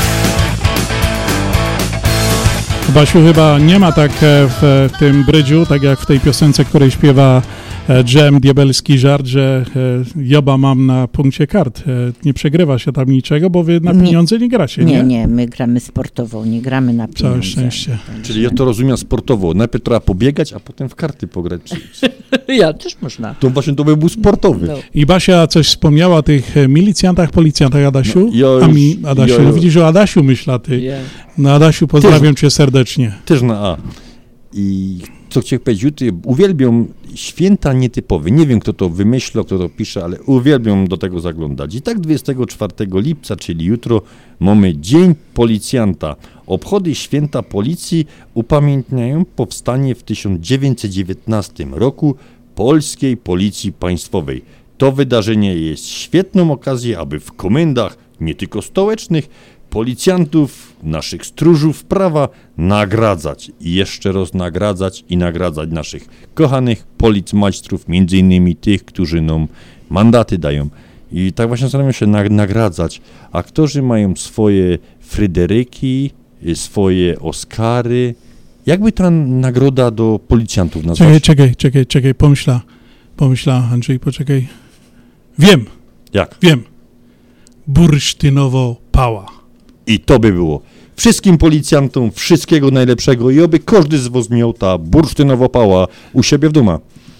Basiu, chyba nie ma tak e, w, w tym brydżu, tak jak w tej piosence, której śpiewa e, Dżem, diabelski żart, że e, Joba mam na punkcie kart. E, nie przegrywa się tam niczego, bo wy na pieniądze nie gracie, nie? Nie, nie, my gramy sportowo, nie gramy na pieniądze. Całe szczęście. Czyli ja to rozumiem sportowo. Najpierw trzeba pobiegać, a potem w karty pograć. Ja też można. To właśnie to by był sportowy. No. I Basia coś wspomniała o tych e, milicjantach, policjantach, Adasiu? No, ja już- A mi, Adasiu, ja- no widzisz, o Adasiu myśla ty. Ja. No Adasiu, pozdrawiam cię serdecznie. Też na A. I co chciałem powiedzieć, jutro uwielbiam święta nietypowe. Nie wiem, kto to wymyślił, kto to pisze, ale uwielbiam do tego zaglądać. I tak dwudziestego czwartego lipca, czyli jutro, mamy Dzień Policjanta. Obchody Święta Policji upamiętniają powstanie w tysiąc dziewięćset dziewiętnastym roku Polskiej Policji Państwowej. To wydarzenie jest świetną okazją, aby w komendach, nie tylko stołecznych, policjantów, naszych stróżów prawa nagradzać i jeszcze raz nagradzać i nagradzać naszych kochanych policmajstrów, między innymi tych, którzy nam mandaty dają. I tak właśnie starają się nagradzać. Aktorzy mają swoje Fryderyki, swoje Oscary. Jakby ta nagroda do policjantów nazwać? Czekaj, czekaj, czekaj, czekaj, pomyśla, pomyśla, Andrzej, poczekaj. Wiem. Jak? Wiem. Bursztynowo pała. I to by było. Wszystkim policjantom wszystkiego najlepszego i oby każdy z was miał ta bursztynowo pała u siebie w domu.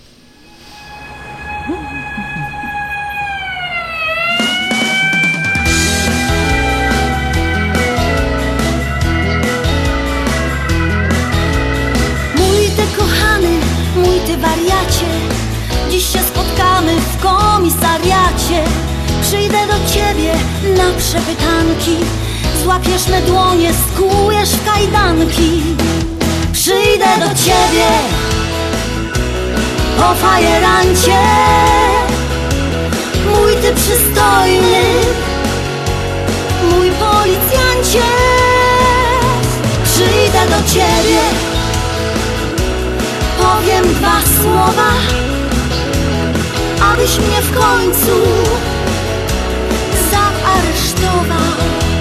Dziś się spotkamy w komisariacie. Przyjdę do ciebie na przepytanki. Złapiesz me dłonie, skujesz w kajdanki. Przyjdę do ciebie po fajerancie. Mój ty przystojny, mój policjancie. Przyjdę do ciebie, powiem dwa słowa, abyś mnie w końcu zaaresztował.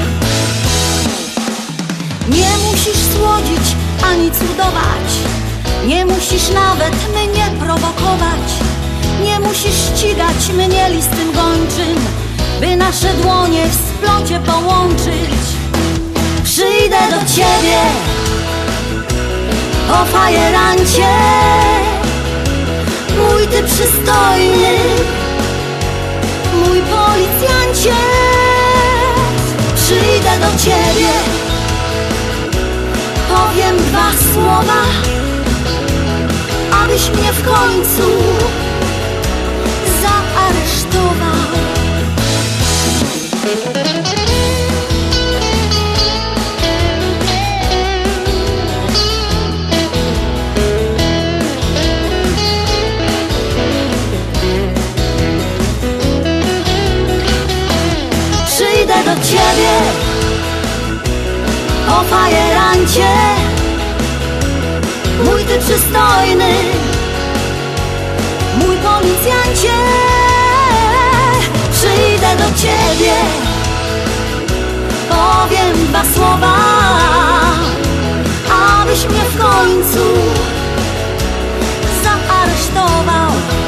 Nie musisz słodzić ani cudować, nie musisz nawet mnie prowokować, nie musisz ścigać mnie listem gończym, by nasze dłonie w splocie połączyć. Przyjdę do ciebie po fajerancie. Mój ty przystojny, mój policjancie. Przyjdę do ciebie, powiem dwa słowa, abyś mnie w końcu zaaresztował. Przyjdę do ciebie po fajerancie. Mój ty przystojny, mój policjancie. Przyjdę do ciebie, powiem dwa słowa, abyś mnie w końcu zaaresztował.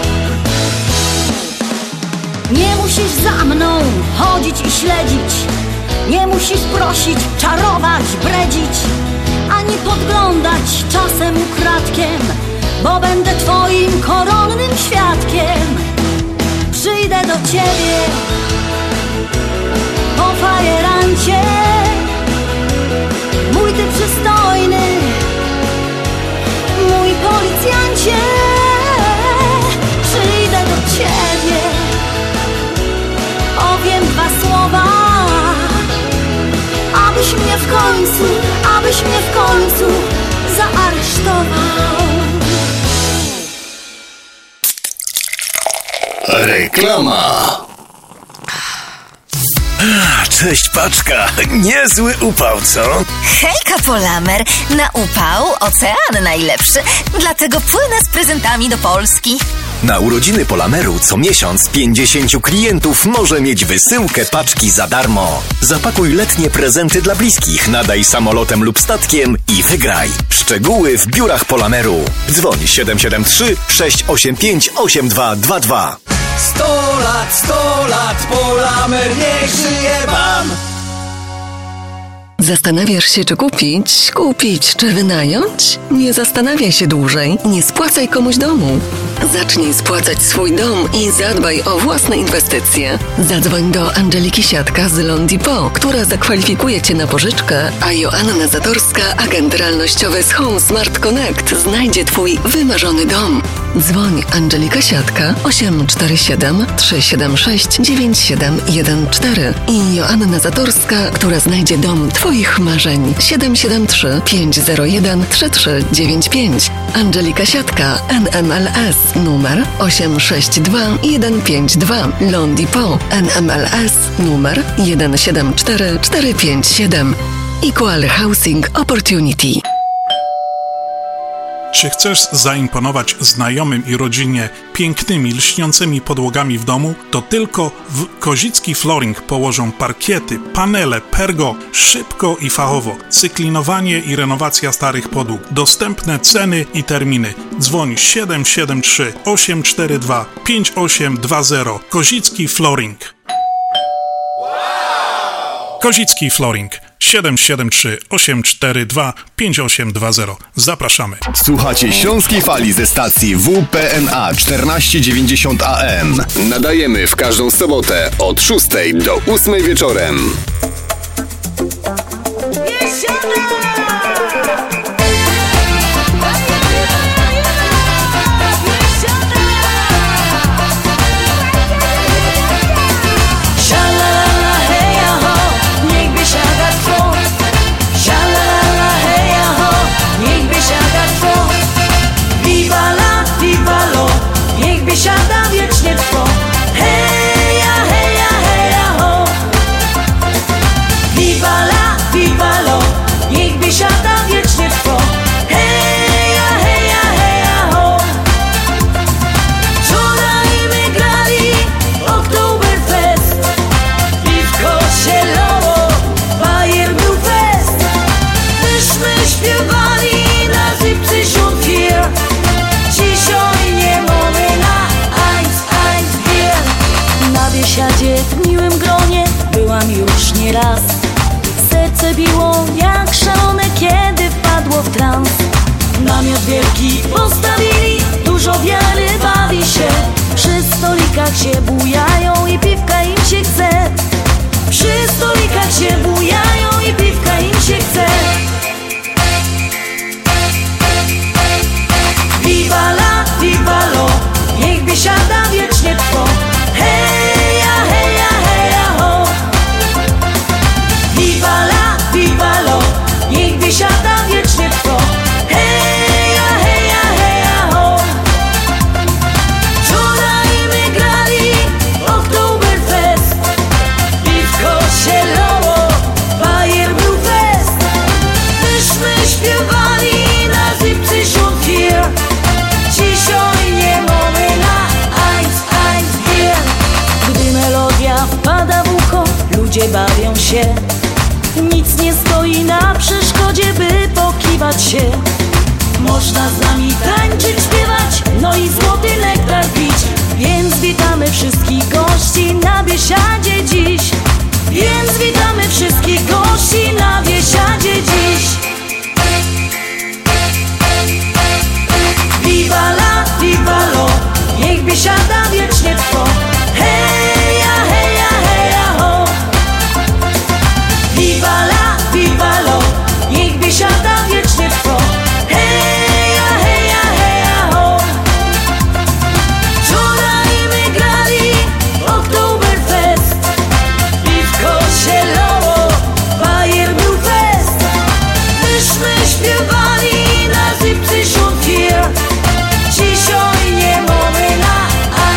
Nie musisz za mną chodzić i śledzić, nie musisz prosić, czarować, bredzić, ani podglądać czasem ukradkiem, bo będę twoim koronnym świadkiem. Przyjdę do ciebie po fajerancie. Mój ty przystojny, mój policjancie. Przyjdę do ciebie, powiem dwa słowa, abyś mnie w końcu, abyś mnie w końcu zaaresztował. Reklama. Cześć paczka, niezły upał, co? Hejka Polamer, na upał ocean najlepszy, dlatego płynę z prezentami do Polski. Na urodziny Polameru co miesiąc pięćdziesięciu klientów może mieć wysyłkę paczki za darmo. Zapakuj letnie prezenty dla bliskich, nadaj samolotem lub statkiem i wygraj. Szczegóły w biurach Polameru. Dzwoń siedem siedem trzy sześć osiem pięć osiem dwa dwa dwa. Sto lat, sto lat, Polamer niech żyje wam! Zastanawiasz się, czy kupić, kupić, czy wynająć? Nie zastanawiaj się dłużej, nie spłacaj komuś domu. Zacznij spłacać swój dom i zadbaj o własne inwestycje. Zadzwoń do Angeliki Siatka z Londipo, która zakwalifikuje Cię na pożyczkę, a Joanna Zatorska, agent realnościowy z Home Smart Connect, znajdzie Twój wymarzony dom. Dzwoń Angelika Siatka osiem cztery siedem trzy siedem sześć dziewięć siedem jeden cztery i Joanna Zatorska, która znajdzie dom Twoich marzeń. siedem siedem trzy pięć zero jeden trzy trzy dziewięć pięć. Angelika Siatka N M L S numer osiem sześć dwa jeden pięć dwa. Londipo N M L S numer jeden siedem cztery cztery pięć siedem. Equal Housing Opportunity. Czy chcesz zaimponować znajomym i rodzinie pięknymi, lśniącymi podłogami w domu? To tylko w Kozicki Flooring położą parkiety, panele, pergo, szybko i fachowo. Cyklinowanie i renowacja starych podłóg. Dostępne ceny i terminy. Dzwoń siedem siedem trzy osiem cztery dwa pięć osiem dwa zero. Kozicki Flooring. Kozicki Flooring siedem siedem trzy osiem cztery dwa pięć osiem dwa zero. Zapraszamy. Słuchacie Śląskiej Fali ze stacji W P N A czternaście dziewięćdziesiąt A M. Nadajemy w każdą sobotę od szóstej do ósmej wieczorem. Siada wiecznie trwo. Heja, heja, heja, ho. Viva la, viva lo. Niech biesiada wiecznie trwo. Heja, heja, heja, ho. Wczoraj my grali Oktoberfest. Piwko się lało, bajer był fest. Myśmy śpiewali na siebzig vier. Dzisiaj nie mamy na biesiadzie w miłym gronie byłam już nieraz. Serce biło jak szalone, kiedy wpadło w trans. Namiot wielki postawili, dużo wiary bawi się. Przy stolikach się bujają i piwka im się chce. Przy stolikach się bujają i piwka im się chce. Viva la, viva lo. Niech biesiada wiecznie trwo. Heja, heja, heja, ho. Viva la, viva lo. Niech biesiada wiecznie trwo. Heja, heja, heja, ho. Wczoraj my grali Oktoberfest. Piwko się lało, bajer był fest. Myśmy śpiewali na siebzig vier. Dzisiaj nie mamy na eins, eins, vier. Gdy melodia wpada w ucho, ludzie bawią się. Nic nie stoi na przeszkodzie, by pokiwać się. Można z nami tańczyć, śpiewać, no i złoty nektar pić. Więc witamy wszystkich gości na biesiadzie dziś. Więc witamy wszystkich gości na biesiadzie dziś. Viva la, viva lo. Niech biesiada wiecznie trwo. Heja, heja, heja, ho. Viva la, viva lo. Niech biesiada wiecznie trwo. Heja, heja, heja, ho. Wczoraj my grali Oktoberfest. Piwko się lało, bajer był fest. Myśmy śpiewali na siebzig vier. Dzisiaj nie mamy na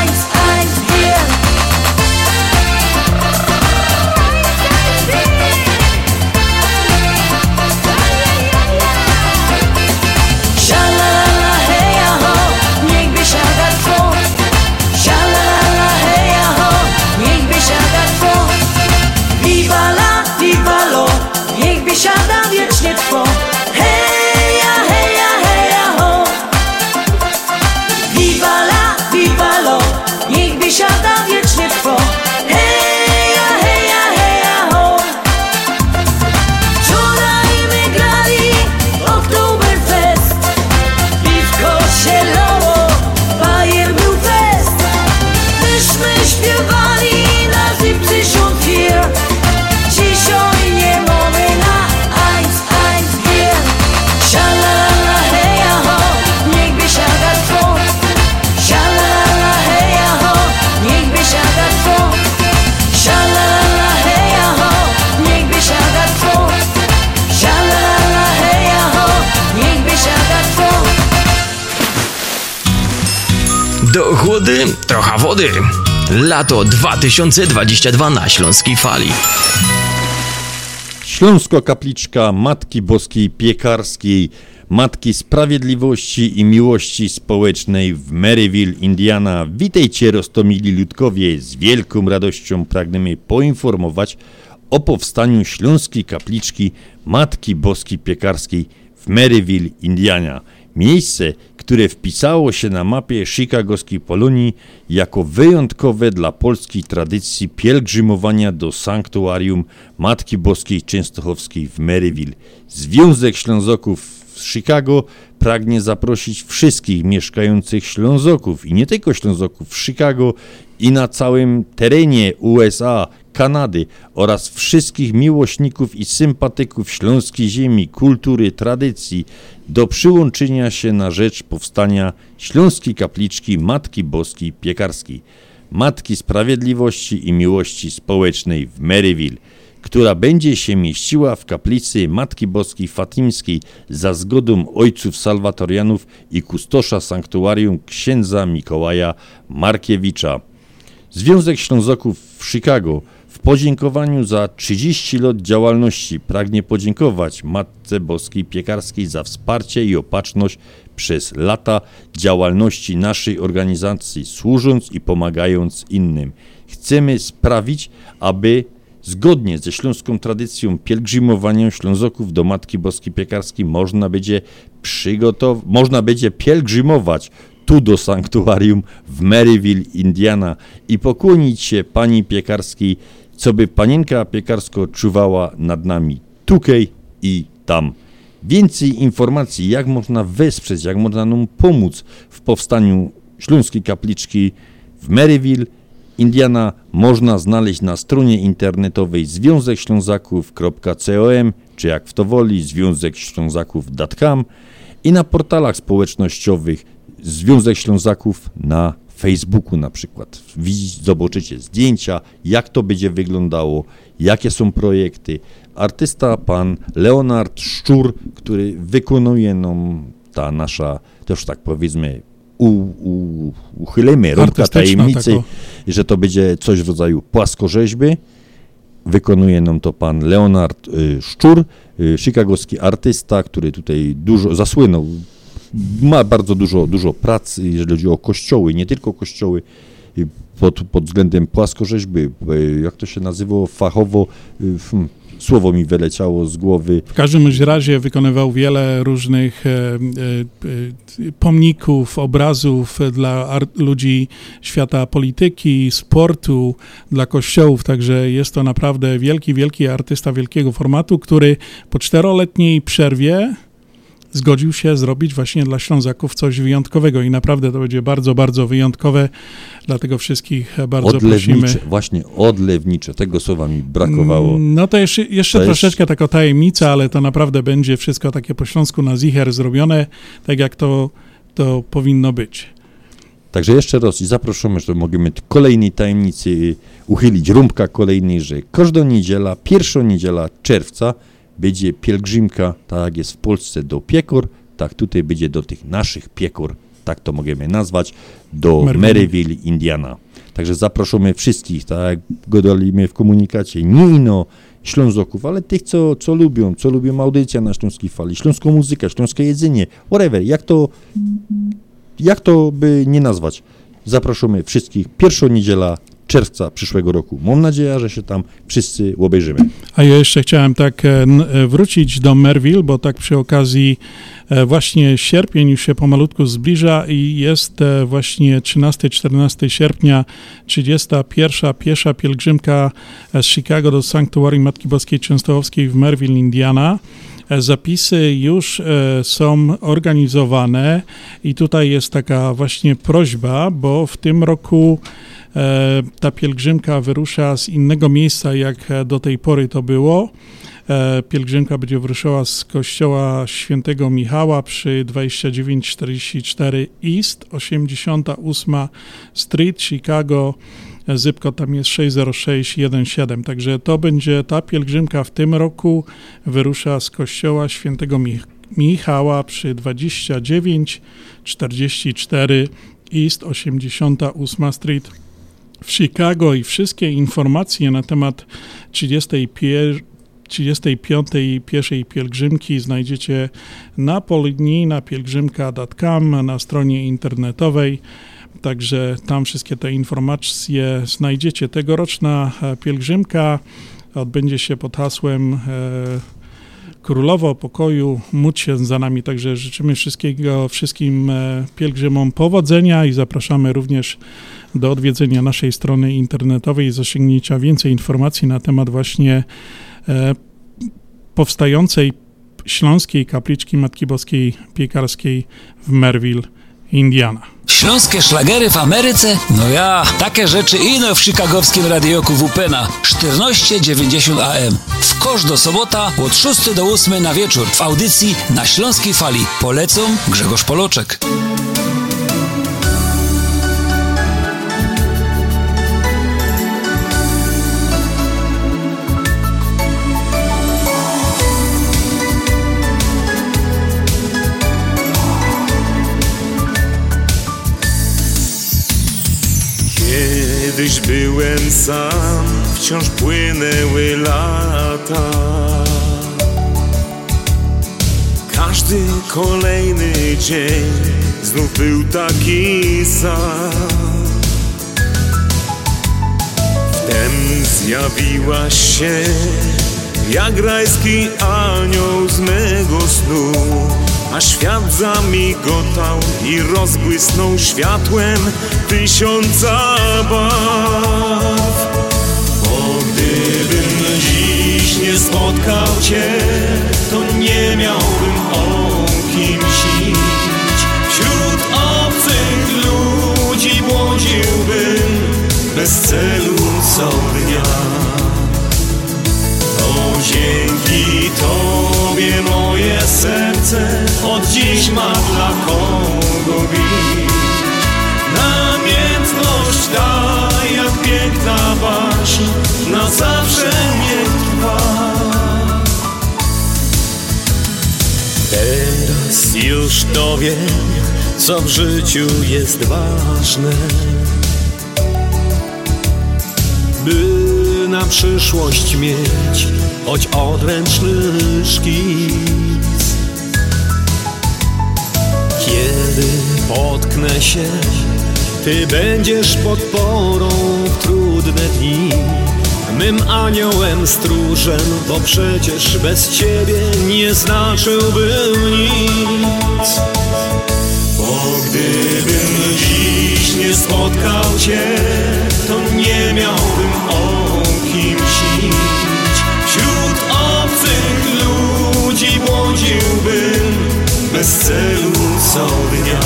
Do chłody trochę wody. Lato dwa tysiące dwudziesty drugi na Śląskiej Fali. Śląsko-kapliczka Matki Boskiej Piekarskiej, Matki Sprawiedliwości i Miłości Społecznej w Maryville, Indiana. Witajcie, roztomili ludkowie. Z wielką radością pragnemy poinformować o powstaniu Śląskiej Kapliczki Matki Boskiej Piekarskiej w Maryville, Indiana. Miejsce, które wpisało się na mapie chicagowskiej Polonii jako wyjątkowe dla polskiej tradycji pielgrzymowania do sanktuarium Matki Boskiej Częstochowskiej w Maryville. Związek Ślązoków z Chicago pragnie zaprosić wszystkich mieszkających Ślązoków i nie tylko Ślązoków w Chicago i na całym terenie U S A, Kanady oraz wszystkich miłośników i sympatyków śląskiej ziemi, kultury, tradycji do przyłączenia się na rzecz powstania Śląskiej Kapliczki Matki Boskiej Piekarskiej, Matki Sprawiedliwości i Miłości Społecznej w Maryville, która będzie się mieściła w kaplicy Matki Boskiej Fatimskiej za zgodą ojców salwatorianów i kustosza sanktuarium księdza Mikołaja Markiewicza. Związek Ślązoków w Chicago w podziękowaniu za trzydzieści lat działalności pragnie podziękować Matce Boskiej Piekarskiej za wsparcie i opatrzność przez lata działalności naszej organizacji, służąc i pomagając innym. Chcemy sprawić, aby zgodnie ze śląską tradycją pielgrzymowania Ślązoków do Matki Boskiej Piekarskiej można będzie przygotować, można będzie pielgrzymować tu do sanktuarium w Maryville, Indiana i pokłonić się Pani Piekarskiej, co by Panienka Piekarsko czuwała nad nami tukej i tam. Więcej informacji, jak można wesprzeć, jak można nam pomóc w powstaniu Śląskiej Kapliczki w Maryville, Indiana, można znaleźć na stronie internetowej związek ślązaków kropka com, czy jak w to woli związek ślązaków kropka com i na portalach społecznościowych Związek Ślązaków na Facebooku na przykład. Widzicie, zobaczycie zdjęcia, jak to będzie wyglądało, jakie są projekty. Artysta pan Leonard Szczur, który wykonuje nam ta nasza, też tak powiedzmy, u, u, uchylemy rąbka tajemnicy, tako. Że to będzie coś w rodzaju płaskorzeźby. Wykonuje nam to pan Leonard y, Szczur, y, chicagowski artysta, który tutaj dużo zasłynął. Ma bardzo dużo, dużo pracy, jeżeli chodzi o kościoły, nie tylko kościoły, pod, pod względem płaskorzeźby, jak to się nazywało fachowo, słowo mi wyleciało z głowy. W każdym razie wykonywał wiele różnych e, e, pomników, obrazów dla art, ludzi świata polityki, sportu, dla kościołów, także jest to naprawdę wielki, wielki artysta wielkiego formatu, który po czteroletniej przerwie zgodził się zrobić właśnie dla Ślązaków coś wyjątkowego i naprawdę to będzie bardzo, bardzo wyjątkowe, dlatego wszystkich bardzo odlewnicze, prosimy. Właśnie odlewnicze, tego słowa mi brakowało. No to jeszcze, jeszcze to troszeczkę jest... taka tajemnica, ale to naprawdę będzie wszystko takie po śląsku na zicher zrobione, tak jak to, to powinno być. Także jeszcze raz i zapraszamy, że możemy kolejnej tajemnicy uchylić, rąbka kolejnej, że każda niedziela, pierwsza niedziela czerwca będzie pielgrzymka, tak jak jest w Polsce do piekor, tak tutaj będzie do tych naszych piekor, tak to możemy nazwać, do Maryville, Indiana. Także zapraszamy wszystkich, tak jak gadaliśmy w komunikacie, nie ino Ślązoków, ale tych, co, co lubią, co lubią audycja na Śląskiej Fali, śląską muzykę, śląskie jedzenie, whatever, jak to, jak to by nie nazwać. Zapraszamy wszystkich, pierwsza niedziela czerwca przyszłego roku. Mam nadzieję, że się tam wszyscy obejrzymy. A ja jeszcze chciałem tak wrócić do Maryville, bo tak przy okazji właśnie sierpień już się pomalutku zbliża i jest właśnie trzynastego czternastego sierpnia trzydziesta pierwsza piesza pielgrzymka z Chicago do sanktuarium Matki Boskiej Częstochowskiej w Maryville, Indiana. Zapisy już są organizowane i tutaj jest taka właśnie prośba, bo w tym roku ta pielgrzymka wyrusza z innego miejsca, jak do tej pory to było. Pielgrzymka będzie wyruszała z kościoła świętego Michała przy dwadzieścia dziewięć czterdzieści cztery East, osiemdziesiąta ósma Street, Chicago. Zip-kod tam jest sześć zero sześć jeden siedem. Także to będzie ta pielgrzymka w tym roku wyrusza z kościoła świętego Mich- Michała przy dwadzieścia dziewięć czterdzieści cztery East osiemdziesiąta ósma Street w Chicago i wszystkie informacje na temat trzydziestej piątej pierwszej pielgrzymki znajdziecie na polidni na pielgrzymka kropka com na stronie internetowej. Także tam wszystkie te informacje znajdziecie. Tegoroczna pielgrzymka odbędzie się pod hasłem e, Królowo Pokoju, módl się za nami. Także życzymy wszystkiego, wszystkim e, pielgrzymom powodzenia i zapraszamy również do odwiedzenia naszej strony internetowej i zasięgnięcia więcej informacji na temat właśnie e, powstającej Śląskiej Kapliczki Matki Boskiej Piekarskiej w Merville, Indiana. Śląskie szlagery w Ameryce? No ja, takie rzeczy ino w chicagowskim radioku W P N A czternaście dziewięćdziesiąt A M. W każdą sobota od szóstej do ósmej na wieczór w audycji na Śląskiej Fali. Polecą Grzegorz Poloczek. Kiedyś byłem sam, wciąż płynęły lata. Każdy kolejny dzień znów był taki sam. Wtem zjawiłaś się jak rajski anioł z mego snu, a świat zamigotał i rozbłysnął światłem tysiąca barw. Bo gdybym dziś nie spotkał Cię, to nie miałbym o kim śnić. Wśród obcych ludzi błądziłbym bez celu co dnia. O dzięki Tobie moje serce od dziś ma dla kogo bić. Namiętność ta jak piękna baśń na zawsze niech trwa. Teraz już to wiem, co w życiu jest ważne, by na przyszłość mieć choć odręczny szkic. Kiedy potknę się, Ty będziesz podporą w trudne dni, mym aniołem stróżem, bo przecież bez Ciebie nie znaczyłbym nic. Bo gdybym dziś nie spotkał Cię, to nie miałbym o kim śnić. Wśród obcych ludzi błądziłbym bez celu co dnia.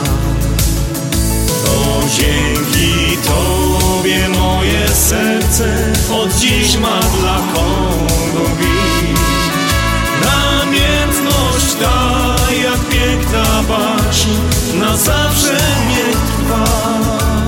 To dzięki Tobie moje serce od dziś ma dla kogo bić. Namiętność ta jak piękna baśń na zawsze niech trwa.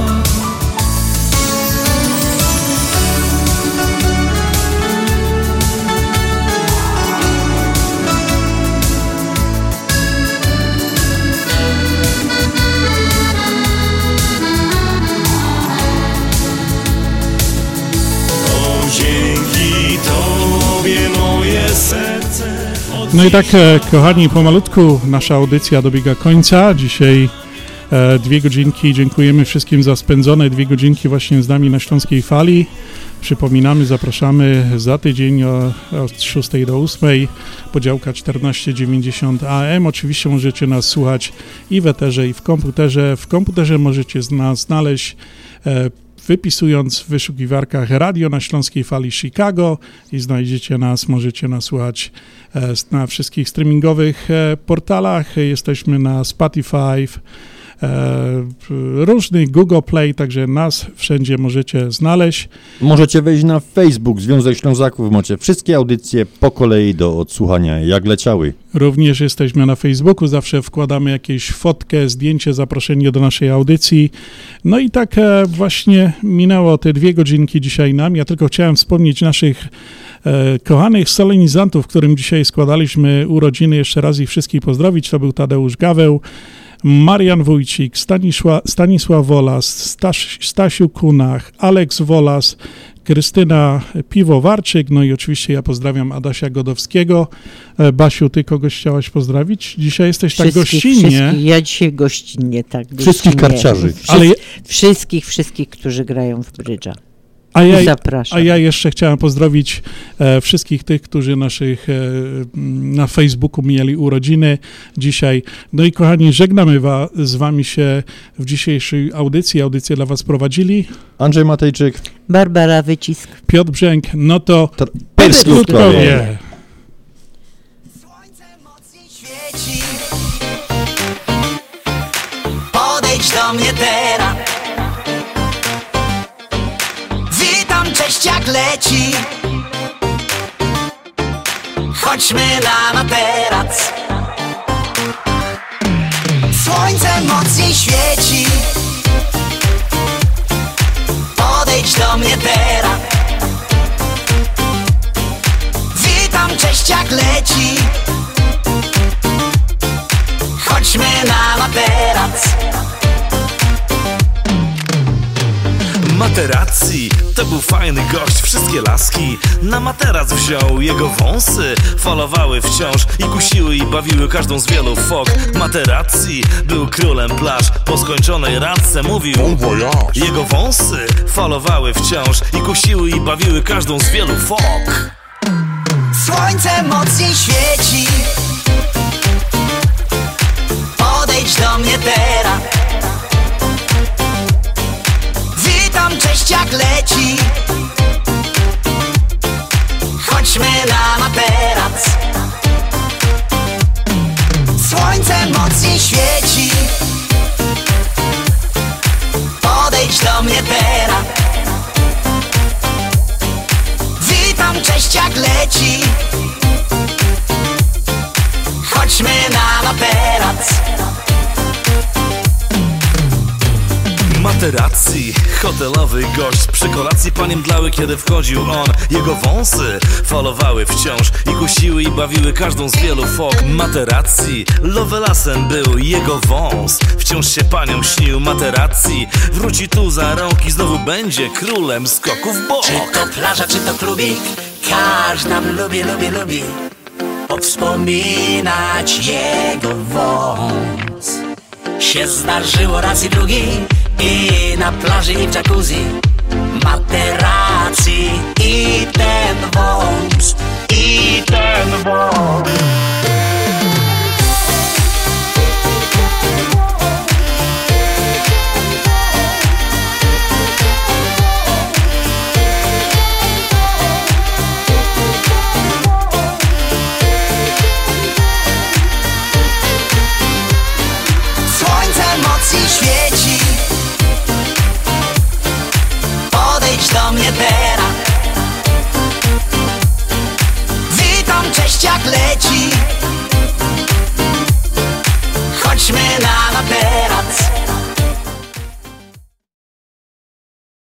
No i tak, kochani, pomalutku nasza audycja dobiega końca. Dzisiaj e, dwie godzinki. Dziękujemy wszystkim za spędzone dwie godzinki właśnie z nami na Śląskiej Fali. Przypominamy, zapraszamy za tydzień o, od szóstej do ósmej, podziałka czternaście dziewięćdziesiąt A M. Oczywiście możecie nas słuchać i w eterze, i w komputerze. W komputerze możecie nas znaleźć e, wypisując w wyszukiwarkach Radio na Śląskiej Fali Chicago i znajdziecie nas, możecie nas słuchać e, na wszystkich streamingowych e, portalach. Jesteśmy na Spotify, e, różnych Google Play, także nas wszędzie możecie znaleźć. Możecie wejść na Facebook, Związek Ślązaków, macie wszystkie audycje po kolei do odsłuchania, jak leciały. Również jesteśmy na Facebooku, zawsze wkładamy jakieś fotkę, zdjęcie, zaproszenie do naszej audycji. No i tak e, właśnie minęło te dwie godzinki dzisiaj nam. Ja tylko chciałem wspomnieć naszych e, kochanych solenizantów, którym dzisiaj składaliśmy urodziny. Jeszcze raz ich wszystkich pozdrowić. To był Tadeusz Gaweł, Marian Wójcik, Stanisła, Stanisław Wolas, Staś, Stasiu Kunach, Aleks Wolas, Krystyna Piwowarczyk, no i oczywiście ja pozdrawiam Adasia Godowskiego. Basiu, ty kogoś chciałaś pozdrowić? Dzisiaj jesteś tak gościnnie. Ja dzisiaj gościnnie, tak. Gościnnie. Wszystkich karciarzy. Wszys- Ale... Wszystkich, wszystkich, którzy grają w brydża. A ja, Zapraszam. a ja jeszcze chciałem pozdrowić e, wszystkich tych, którzy naszych e, na Facebooku mieli urodziny dzisiaj. No i kochani, żegnamy wa, z wami się w dzisiejszej audycji. Audycję dla was prowadzili Andrzej Matejczyk, Barbara Wycisk, Piotr Brzęk, no to Perskutkowie. Słońce mocniej świeci. Podejdź do mnie teraz. Witam, cześć, jak leci. Chodźmy na materac. Słońce mocniej świeci. Podejdź do mnie teraz. Witam, cześć, jak leci. Chodźmy na materac. Materacji, to był fajny gość, wszystkie laski na materac wziął, jego wąsy falowały wciąż i kusiły i bawiły każdą z wielu fok. Materacji był królem plaż, po skończonej randce mówił jego wąsy falowały wciąż i kusiły i bawiły każdą z wielu fok. Słońce mocniej świeci. Podejdź do mnie teraz. Witam, cześć, jak leci. Chodźmy na materac. Słońce mocniej świeci. Podejdź do mnie teraz. Witam, cześć, jak leci. Chodźmy na materac. Materacji, hotelowy gość. Przy kolacji panie mdlały, kiedy wchodził on. Jego wąsy falowały wciąż i kusiły i bawiły każdą z wielu fok. Materacji, lovelasem był jego wąs. Wciąż się panią śnił. Materacji wróci tu za rąk i znowu będzie królem skoków w bok. Czy to plaża, czy to klubik, każda lubi, lubi, lubi wspominać jego wąs. Się zdarzyło raz i drugi, i na plaży, i w jacuzzi. Materacji i ten wąs, i ten wąs.